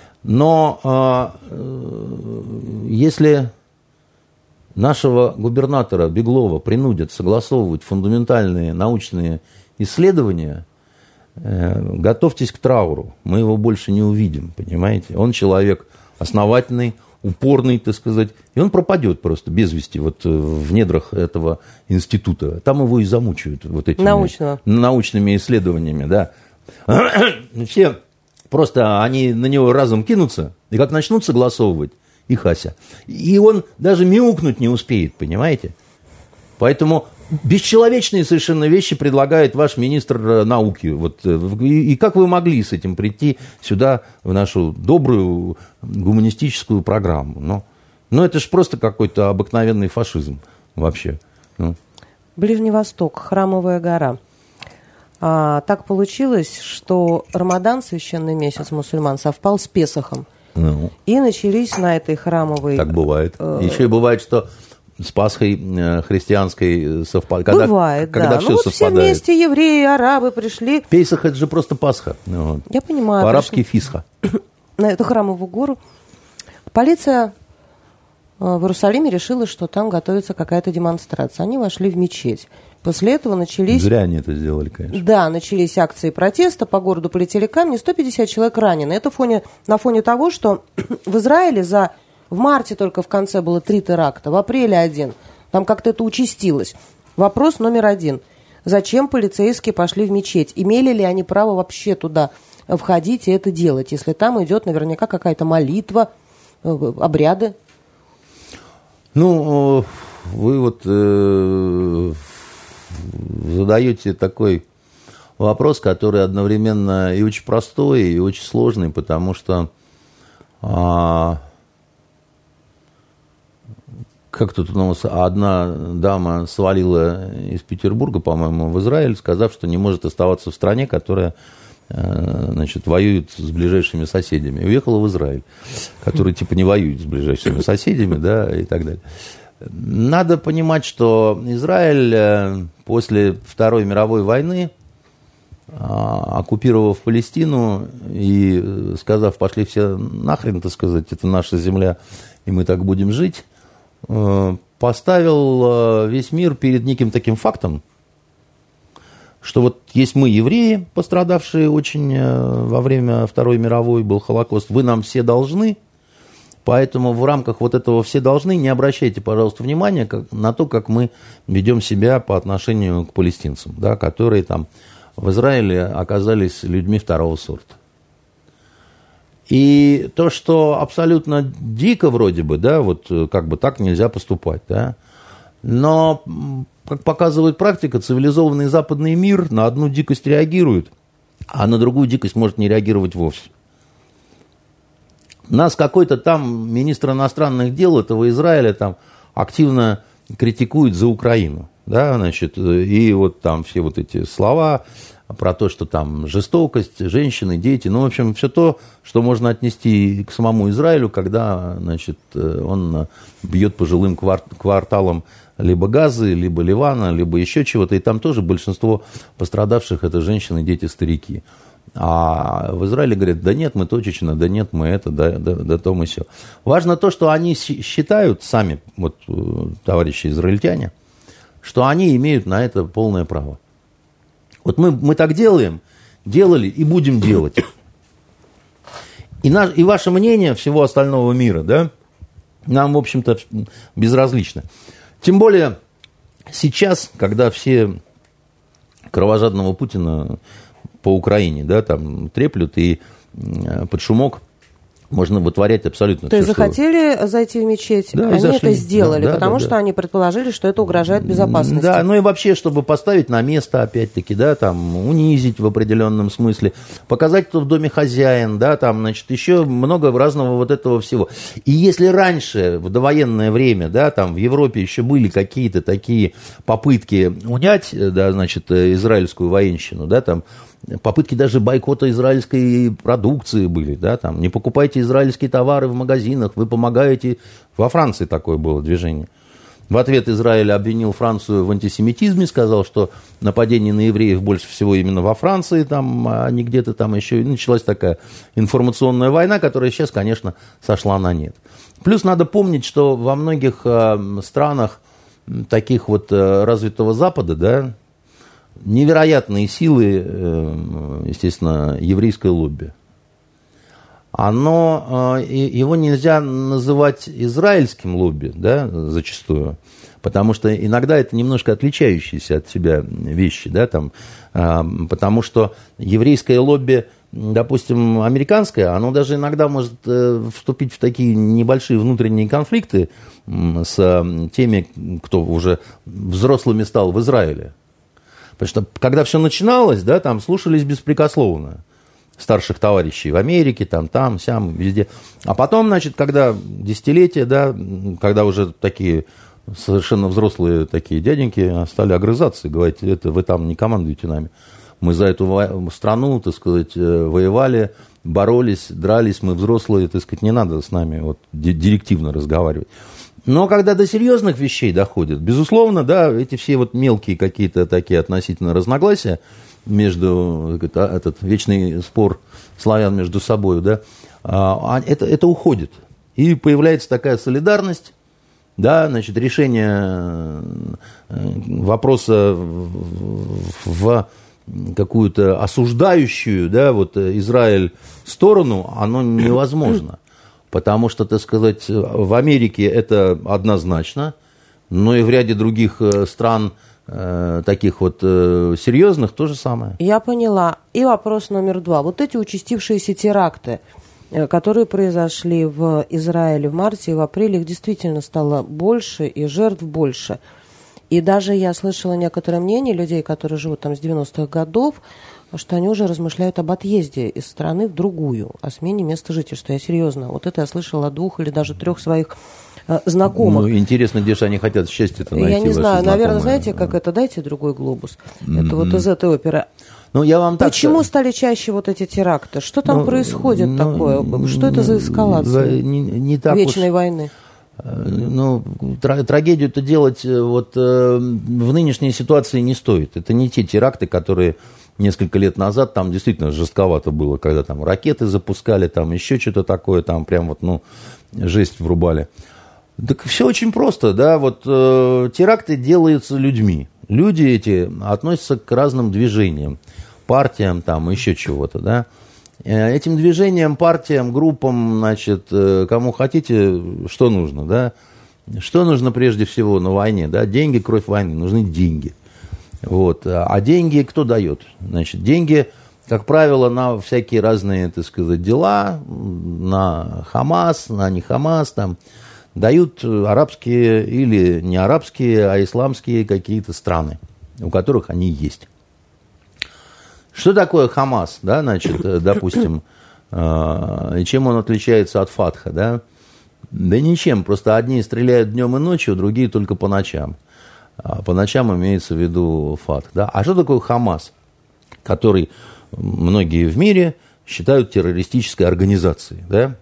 Но а, если нашего губернатора Беглова принудят согласовывать фундаментальные научные исследования, готовьтесь к трауру, мы его больше не увидим, понимаете? Он человек основательный, упорный, так сказать, и он пропадет просто без вести вот в недрах этого института. Там его и замучают вот этими Научного. научными исследованиями, да. Все просто они на него разом кинутся, и как начнут согласовывать, и хася. И он даже мяукнуть не успеет, понимаете? Поэтому бесчеловечные совершенно вещи предлагает ваш министр науки. Вот, и как вы могли с этим прийти сюда, в нашу добрую гуманистическую программу? Ну, ну это же просто какой-то обыкновенный фашизм вообще. Ну. Ближний Восток, Храмовая гора. А, так получилось, что Рамадан, священный месяц мусульман, совпал с Песохом. Ну. И начались на этой храмовой... Так бывает. Э- Еще и бывает, что... с Пасхой христианской совпадает. Бывает, когда, да. Когда ну все вот все вместе, евреи, арабы пришли. Пейсах – это же просто Пасха. Вот. Я понимаю. По-арабски фисха. На эту храмовую гору. Полиция в Иерусалиме решила, что там готовится какая-то демонстрация. Они вошли в мечеть. После этого начались... Зря они это сделали, конечно. Да, начались акции протеста, по городу полетели камни, сто пятьдесят человек ранены. Это фоне, на фоне того, что в Израиле за... В марте только в конце было три теракта, в апреле один. Там как-то это участилось. Вопрос номер один. Зачем полицейские пошли в мечеть? Имели ли они право вообще туда входить и это делать, если там идет наверняка какая-то молитва, обряды? Ну, вы вот э, задаете такой вопрос, который одновременно и очень простой, и очень сложный, потому что... А, как тут у нас одна дама свалила из Петербурга, по-моему, в Израиль, сказав, что не может оставаться в стране, которая, значит, воюет с ближайшими соседями. И уехала в Израиль, который типа не воюет с ближайшими соседями, да, и так далее. Надо понимать, что Израиль после Второй мировой войны, оккупировав Палестину и сказав, пошли все нахрен, так сказать, это наша земля, и мы так будем жить, поставил весь мир перед неким таким фактом, что вот есть мы, евреи, пострадавшие очень во время Второй мировой, был Холокост, вы нам все должны, Поэтому в рамках вот этого все должны, не обращайте, пожалуйста, внимания как, на то, как мы ведем себя по отношению к палестинцам, да, которые там в Израиле оказались людьми второго сорта. И то, что абсолютно дико вроде бы, да, вот как бы так нельзя поступать, да, но, как показывает практика, цивилизованный западный мир на одну дикость реагирует, а на другую дикость может не реагировать вовсе. Нас какой-то там министр иностранных дел этого Израиля там активно критикует за Украину, да, значит, и вот там все вот эти слова про то, что там жестокость, женщины, дети, ну, в общем, все то, что можно отнести к самому Израилю, когда, значит, он бьет по жилым кварталам либо Газы, либо Ливана, либо еще чего-то, и там тоже большинство пострадавших это женщины, дети, старики. А в Израиле говорят, да нет, мы точечно, да нет, мы это, да, да, да то мы все. Важно то, что они считают сами, вот товарищи израильтяне, что они имеют на это полное право. Вот мы, мы так делаем, делали и будем делать. И, наш, и ваше мнение всего остального мира, да, нам, в общем-то, безразлично. Тем более сейчас, когда все кровожадного Путина по Украине, да, там треплют, и под шумок можно вытворять абсолютно То все, есть захотели что... зайти в мечеть, да, они зашли. Это сделали, да, да, потому да, что да. они предположили, что это угрожает безопасности. Да, ну и вообще, чтобы поставить на место, опять-таки, да, там, унизить в определенном смысле, показать, кто в доме хозяин, да, там, значит, еще много разного вот этого всего. И если раньше, в довоенное время, да, там, в Европе еще были какие-то такие попытки унять, да, значит, израильскую военщину, да, там, попытки даже бойкота израильской продукции были, да, там, не покупайте израильские товары в магазинах, вы помогаете. Во Франции такое было движение. В ответ Израиль обвинил Францию в антисемитизме, сказал, что нападение на евреев больше всего именно во Франции, там, а не где-то там еще. И началась такая информационная война, которая сейчас, конечно, сошла на нет. Плюс надо помнить, что во многих э, странах таких вот э, развитого Запада, да, невероятные силы, естественно, еврейское лобби. Оно, его нельзя называть израильским лобби, да, зачастую, потому что иногда это немножко отличающиеся от себя вещи, да, там, потому что еврейское лобби, допустим, американское, оно даже иногда может вступить в такие небольшие внутренние конфликты с теми, кто уже взрослыми стал в Израиле. Потому что, когда все начиналось, да, там слушались беспрекословно старших товарищей в Америке, там, там, сям, везде. А потом, значит, когда десятилетия, да, когда уже такие совершенно взрослые такие дяденьки стали огрызаться и говорить, это вы там не командуете нами. Мы за эту страну, так сказать, воевали, боролись, дрались, мы взрослые, так сказать, не надо с нами вот директивно разговаривать. Но когда до серьезных вещей доходит, безусловно, да, эти все вот мелкие какие-то такие относительно разногласия между, этот вечный спор славян между собой, да, это, это уходит. И появляется такая солидарность, да, значит, решение вопроса в какую-то осуждающую, да, вот Израиль сторону, оно невозможно. Потому что, так сказать, в Америке это однозначно, но и в ряде других стран, э, таких вот э, серьезных, то же самое. Я поняла. И вопрос номер два. Вот эти участившиеся теракты, которые произошли в Израиле в марте и в апреле, их действительно стало больше и жертв больше. И даже я слышала некоторое мнение людей, которые живут там с девяностых годов, что они уже размышляют об отъезде из страны в другую, о смене места жительства. Я серьезно, вот это я слышала от двух или даже трех своих э, знакомых. Ну, интересно, где же они хотят счастье-то найти? Я не знаю, наверное, знаете, как это, дайте другой глобус. Mm-hmm. Это вот из этой оперы. Ну, я вам Почему так... стали чаще вот эти теракты? Что там ну, происходит ну, такое? Что это за эскалация не, не так вечной уж... войны? Ну, трагедию-то делать вот в нынешней ситуации не стоит. Это не те теракты, которые несколько лет назад там действительно жестковато было, когда там ракеты запускали, там еще что-то такое, там прям вот, ну, жесть врубали. Так все очень просто, да, вот э, теракты делаются людьми. Люди эти относятся к разным движениям, партиям, там, еще чего-то, да. Этим движениям, партиям, группам, значит, кому хотите, что нужно, да? Что нужно прежде всего на войне, да? Деньги, кровь войны, нужны деньги. Вот. А деньги кто дает? Значит, деньги, как правило, на всякие разные, так сказать, дела, на Хамас, на не Хамас, там, дают арабские или не арабские, а исламские какие-то страны, у которых они есть. Что такое Хамас, да, значит, допустим, э, и чем он отличается от Фатха, да? Да ничем, просто одни стреляют днем и ночью, другие только по ночам. А по ночам имеется в виду Фатх, да? А что такое Хамас, который многие в мире считают террористической организацией, да?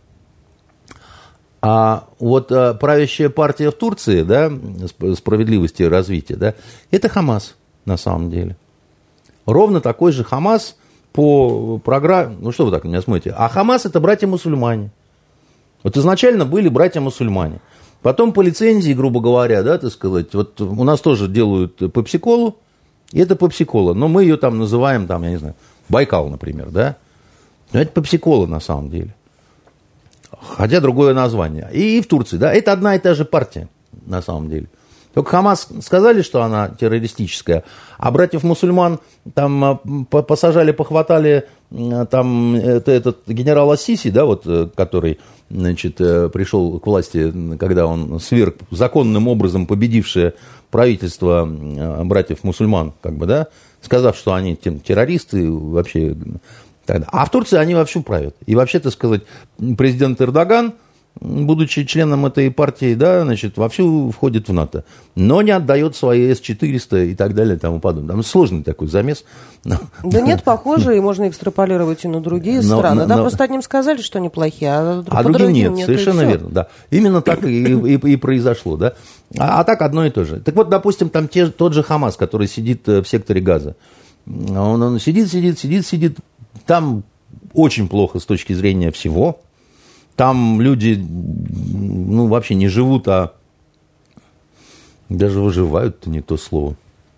А вот а, правящая партия в Турции, да, справедливости и развития, да, это Хамас на самом деле. Ровно такой же Хамас по программе... Ну, что вы так на меня смотрите? А Хамас – это братья-мусульмане. Вот изначально были братья-мусульмане. Потом по лицензии, грубо говоря, да, так сказать, вот у нас тоже делают пепси-колу, и это пепси-кола. Но мы ее там называем, там, я не знаю, Байкал, например, да. Но это пепси-кола на самом деле. Хотя другое название. И в Турции, да, это одна и та же партия на самом деле. Только Хамас сказали, что она террористическая, а братьев-мусульман там посажали, похватали там это, этот генерал Ас-Сиси, да, вот, который, значит, пришел к власти, когда он сверг законным образом победившее правительство братьев-мусульман, как бы, да, сказав, что они террористы вообще. А в Турции они вовсю правят. И вообще, так сказать, президент Эрдоган, будучи членом этой партии, да, значит, вовсю входит в НАТО, но не отдает свои эс четыреста и так далее и тому подобное. Там сложный такой замес. Да нет, похоже, и можно экстраполировать и на другие но, страны. Но, да, но, просто одним сказали, что они плохие, а, а другим нет, нет, совершенно верно, да. Именно так и, и, и произошло, да. А, а так одно и то же. Так вот, допустим, там те, тот же Хамас, который сидит в секторе Газа, он, он сидит, сидит, сидит, сидит, там очень плохо с точки зрения всего. Там люди, ну, вообще не живут, а даже выживают, это не то слово.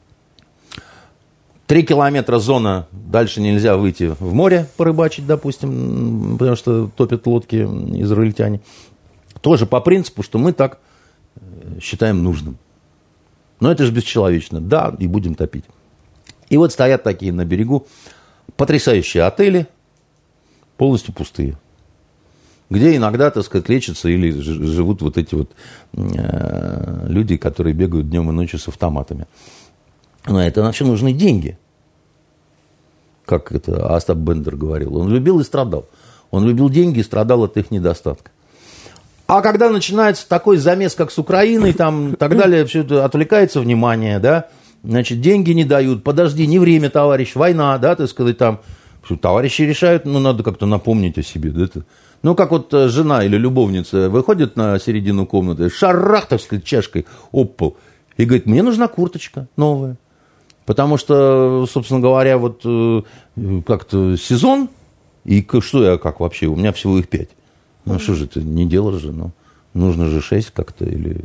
Три километра зона, дальше нельзя выйти в море порыбачить, допустим, потому что топят лодки израильтяне. Тоже по принципу, что мы так считаем нужным. Но это же бесчеловечно. Да, и будем топить. И вот стоят такие на берегу потрясающие отели, полностью пустые, где иногда, так сказать, лечатся или живут вот эти вот э, люди, которые бегают днем и ночью с автоматами. Но это на все нужны деньги. Как это Остап Бендер говорил. Он любил и страдал. Он любил деньги и страдал от их недостатка. А когда начинается такой замес, как с Украиной, там, и так далее, все это отвлекается внимание, да, значит, деньги не дают, подожди, не время, товарищ, война, да, так сказать, там, товарищи решают, ну, надо как-то напомнить о себе, да, это... Ну, как вот жена или любовница выходит на середину комнаты, шарах, так сказать, чашкой об пол, и говорит, мне нужна курточка новая. Потому что, собственно говоря, вот как-то сезон, и что я как вообще, у меня всего их пять. Ну, что же это, не дело же, ну, нужно же шесть как-то, или...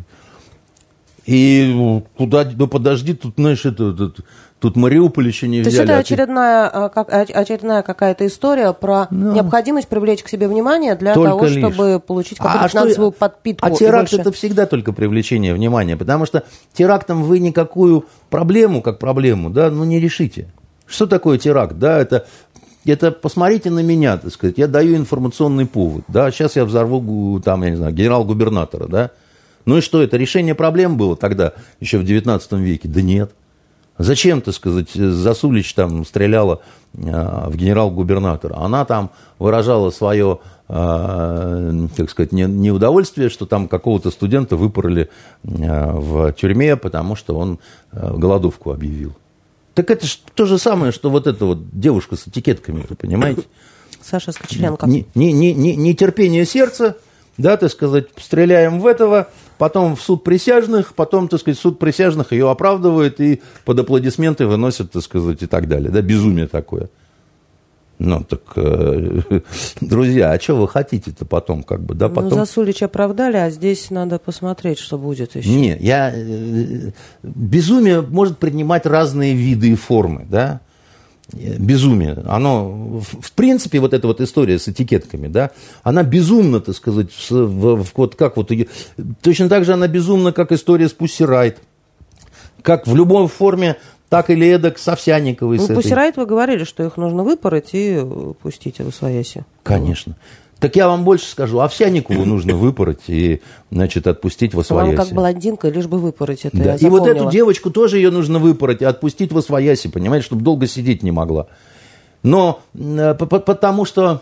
И куда, ну, подожди, тут, знаешь, это... это тут Мариуполь еще не взяли. То есть это очередная, как, очередная какая-то история про ну, необходимость привлечь к себе внимание для того, лишь. чтобы получить какую-то а финансовую что, подпитку. А теракт это всегда только привлечение внимания, потому что терактом вы никакую проблему, как проблему, да, ну, не решите. Что такое теракт? Да, это, это посмотрите на меня, так сказать, я даю информационный повод, да, сейчас я взорву, там, я не знаю, генерал-губернатора, да. Ну и что, это решение проблем было тогда, еще в девятнадцатом веке? Да нет. Зачем, так сказать, Засулич там стреляла в генерал-губернатора? Она там выражала свое, так сказать, неудовольствие, что там какого-то студента выпороли в тюрьме, потому что он голодовку объявил. Так это же то же самое, что вот эта вот девушка с этикетками, вы понимаете? Саша Скочеленко. Нетерпение сердца, да, так сказать, стреляем в этого, потом в суд присяжных, потом, так сказать, суд присяжных ее оправдывает и под аплодисменты выносит, так сказать, и так далее. Да, безумие такое. Ну, так, э, друзья, а что вы хотите-то потом, как бы, да, потом... Ну, Засулич оправдали, а здесь надо посмотреть, что будет еще. Не, я... Безумие может принимать разные виды и формы, да. безумие. Оно, в принципе, вот эта вот история с этикетками, да, она безумна, так сказать, в, в, вот как вот ее... Точно так же она безумна, как история с Пусси Райт. Как в любой форме, так или эдак с Овсянниковой. Ну, Пусси Райт вы говорили, что их нужно выпороть и пустить в освояси. Конечно. Так я вам больше скажу, Овсянникову нужно выпороть и, значит, отпустить в освояси. Вам как блондинка, лишь бы выпороть это, да. И вот эту девочку тоже ее нужно выпороть и отпустить в освояси, понимаете, чтобы долго сидеть не могла. Но потому что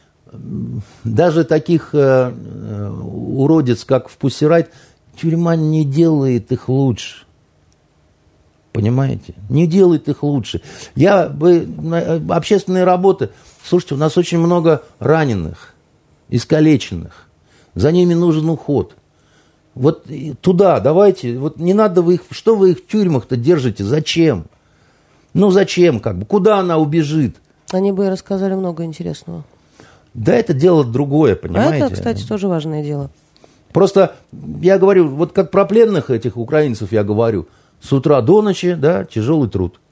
даже таких уродец, как в Пусси Райт, тюрьма не делает их лучше. Понимаете? Не делает их лучше. Я бы... Общественные работы... Слушайте, у нас очень много раненых, искалеченных. За ними нужен уход. Вот туда давайте... Вот не надо вы их... Что вы их в тюрьмах-то держите? Зачем? Ну, зачем? Как бы? Куда она убежит? Они бы и рассказали много интересного. Да, это дело другое, понимаете? А это, кстати, тоже важное дело. Просто я говорю, вот как про пленных этих украинцев я говорю... С утра до ночи, да, тяжелый труд.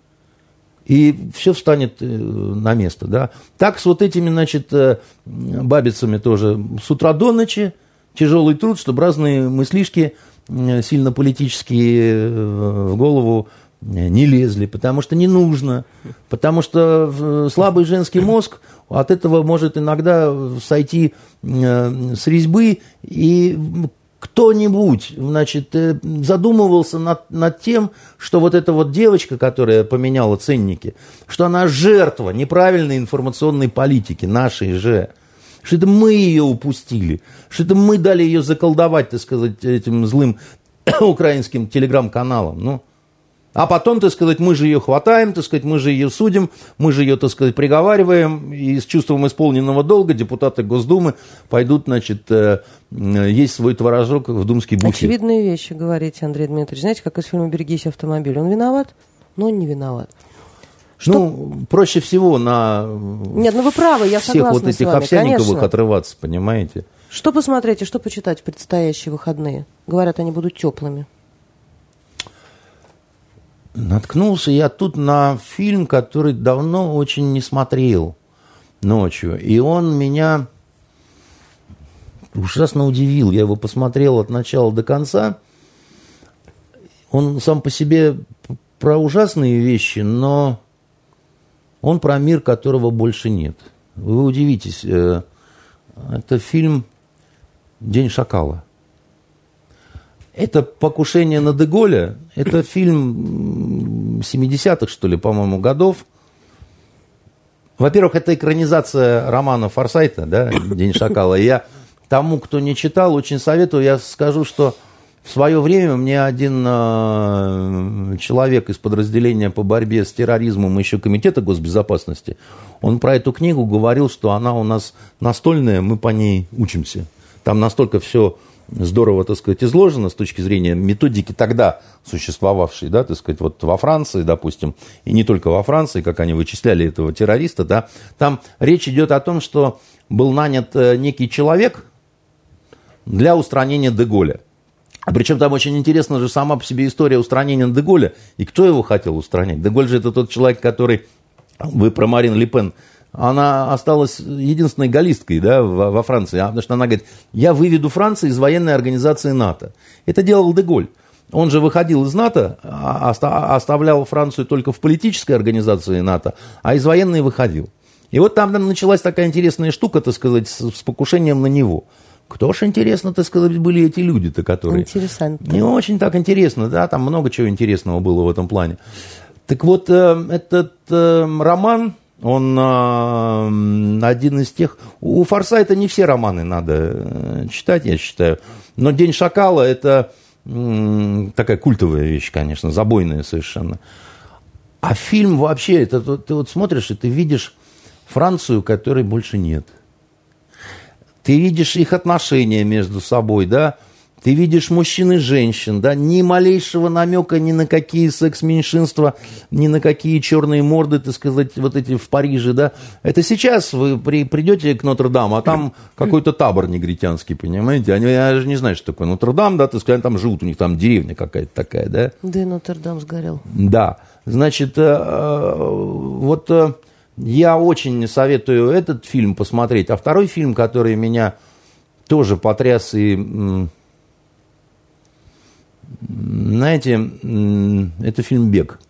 И все встанет на место, да. Так с вот этими, значит, бабицами тоже. С утра до ночи тяжелый труд, чтобы разные мыслишки сильно политические в голову не лезли, потому что не нужно. Потому что слабый женский мозг от этого может иногда сойти с резьбы, и кто-нибудь, значит, задумывался над, над тем, что вот эта вот девочка, которая поменяла ценники, что она жертва неправильной информационной политики, нашей же, что это мы ее упустили, что это мы дали ее заколдовать, так сказать, этим злым украинским телеграм-каналам, ну. А потом, так сказать, мы же ее хватаем, так сказать, мы же ее судим, мы же ее, так сказать, приговариваем, и с чувством исполненного долга депутаты Госдумы пойдут, значит, есть свой творожок в думский буфет. Очевидные вещи, говорите, Андрей Дмитриевич. Знаете, как из фильма «Берегись автомобиля». Он виноват, но он не виноват. Что? Ну, проще всего на Нет, ну вы правы, я всех согласна вот этих с вами, Овсянниковых конечно. отрываться, понимаете? Что посмотреть и что почитать в предстоящие выходные? Говорят, они будут теплыми. Наткнулся я тут на фильм, который давно очень не смотрел ночью. И он меня ужасно удивил. Я его посмотрел от начала до конца. Он сам по себе про ужасные вещи, но он про мир, которого больше нет. Вы удивитесь. Это фильм «День шакала». Это «Покушение на Де-Голля». Это фильм семидесятых, что ли, по-моему, годов. Во-первых, это экранизация романа Форсайта, да, «День шакала». Я тому, кто не читал, очень советую. Я скажу, что в свое время мне один э, человек из подразделения по борьбе с терроризмом еще Комитета госбезопасности, он про эту книгу говорил, что она у нас настольная, мы по ней учимся. Там настолько все здорово, так сказать, изложено с точки зрения методики тогда существовавшей, да, так сказать, вот во Франции, допустим, и не только во Франции, как они вычисляли этого террориста, да, там речь идет о том, что был нанят некий человек для устранения Де-Голля. Причем там очень интересна же сама по себе история устранения Де-Голля. И кто его хотел устранять? Де-Голль же это тот человек, который... Вы про Марин Ле Пен. Она осталась единственной галлисткой, да, во Франции. Потому что она говорит, я выведу Францию из военной организации НАТО. Это делал Де-Голль. Он же выходил из НАТО, оставлял Францию только в политической организации НАТО, а из военной выходил. И вот там началась такая интересная штука, так сказать, с покушением на него. Кто ж, интересно, так сказать, были эти люди-то, которые... Интересно. Не очень так интересно, да, там много чего интересного было в этом плане. Так вот, э, этот э, роман, он э, один из тех... У Форсайта не все романы надо э, читать, я считаю. Но «День шакала» — это э, такая культовая вещь, конечно, забойная совершенно. А фильм вообще, это, ты вот смотришь, и ты видишь Францию, которой больше нет. Ты видишь их отношения между собой, да, ты видишь мужчин и женщин, да, ни малейшего намека ни на какие секс-меньшинства, ни на какие черные морды, так сказать, вот эти в Париже, да. Это сейчас вы при, придете к Нотр-Даму, а там какой-то табор негритянский, понимаете? Они, я же не знаю, что такое Нотр-Дам, да, так сказать, там живут, у них там деревня какая-то такая, да. Да и Нотр-Дам сгорел. Да, значит, вот я очень советую этот фильм посмотреть, а второй фильм, который меня тоже потряс и... Знаете, это фильм «Бег».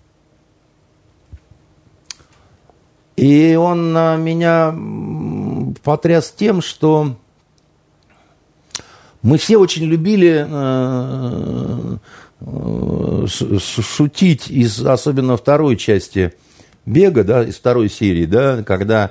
И он меня потряс тем, что мы все очень любили шутить, из, особенно второй части «Бега», да, из второй серии, да, когда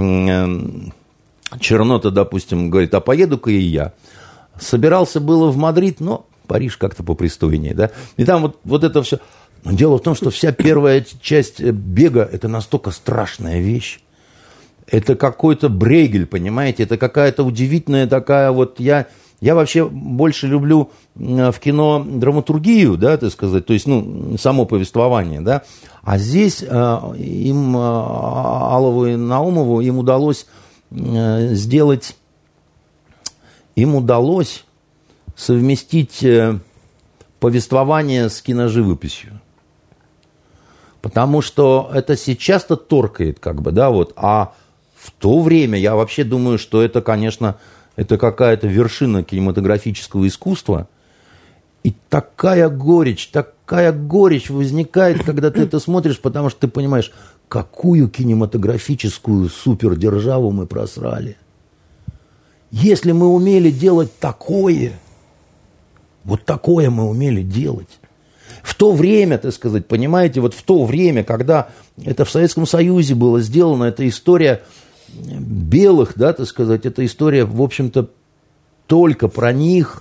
Чернота, допустим, говорит, а поеду-ка и я. Собирался было в Мадрид, но Париж как-то попристойнее, да. И там вот, вот это все. Но дело в том, что вся первая часть «Бега» – это настолько страшная вещь. Это какой-то Брейгель, понимаете? Это какая-то удивительная такая вот... Я, я вообще больше люблю в кино драматургию, да, так сказать, то есть, ну, само повествование, да. А здесь э, им, э, Алову и Наумову, им удалось э, сделать... Им удалось... совместить повествование с киноживописью. Потому что это сейчас-то торкает, как бы, да, вот. А в то время я вообще думаю, что это, конечно, это какая-то вершина кинематографического искусства. И такая горечь, такая горечь возникает, когда ты это смотришь, потому что ты понимаешь, какую кинематографическую супердержаву мы просрали. Если мы умели делать такое... Вот такое мы умели делать. В то время, так сказать, понимаете, вот в то время, когда это в Советском Союзе было сделано, эта история белых, да, так сказать, эта история, в общем-то, только про них.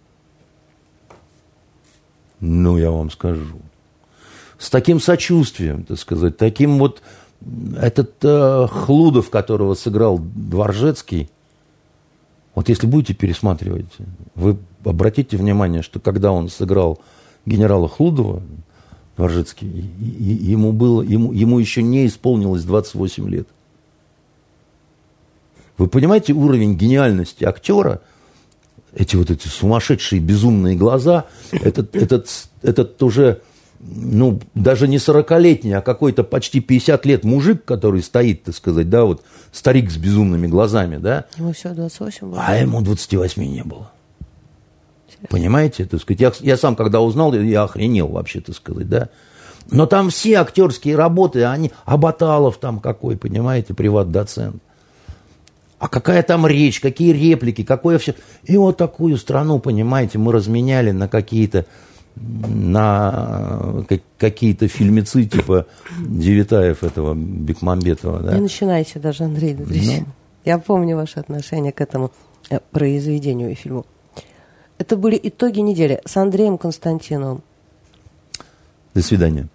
Ну, я вам скажу. С таким сочувствием, так сказать, таким вот... Этот э, Хлудов, которого сыграл Дворжецкий, вот если будете пересматривать, вы обратите внимание, что когда он сыграл генерала Хлудова, Дворжецкий, ему, было, ему, ему еще не исполнилось двадцать восемь лет. Вы понимаете уровень гениальности актера? Эти вот эти сумасшедшие, безумные глаза, этот, этот, этот уже, ну, даже не сорокалетний, а какой-то почти пятьдесят лет мужик, который стоит, так сказать, да, вот старик с безумными глазами, да. Ему всего двадцать восемь было. А ему двадцати восьми не было. Понимаете, так сказать, я, я сам, когда узнал, я охренел вообще, так сказать, да. Но там все актерские работы, они, Абаталов там какой, понимаете, приват-доцент. А какая там речь, какие реплики, какое все. И вот такую страну, понимаете, мы разменяли на какие-то, на какие-то фильмецы типа Девитаев этого Бекмамбетова. Да? Не начинайте даже, Андрей Дмитриевич. Ну. Я помню ваше отношение к этому произведению и фильму. Это были итоги недели с Андреем Константиновым. До свидания.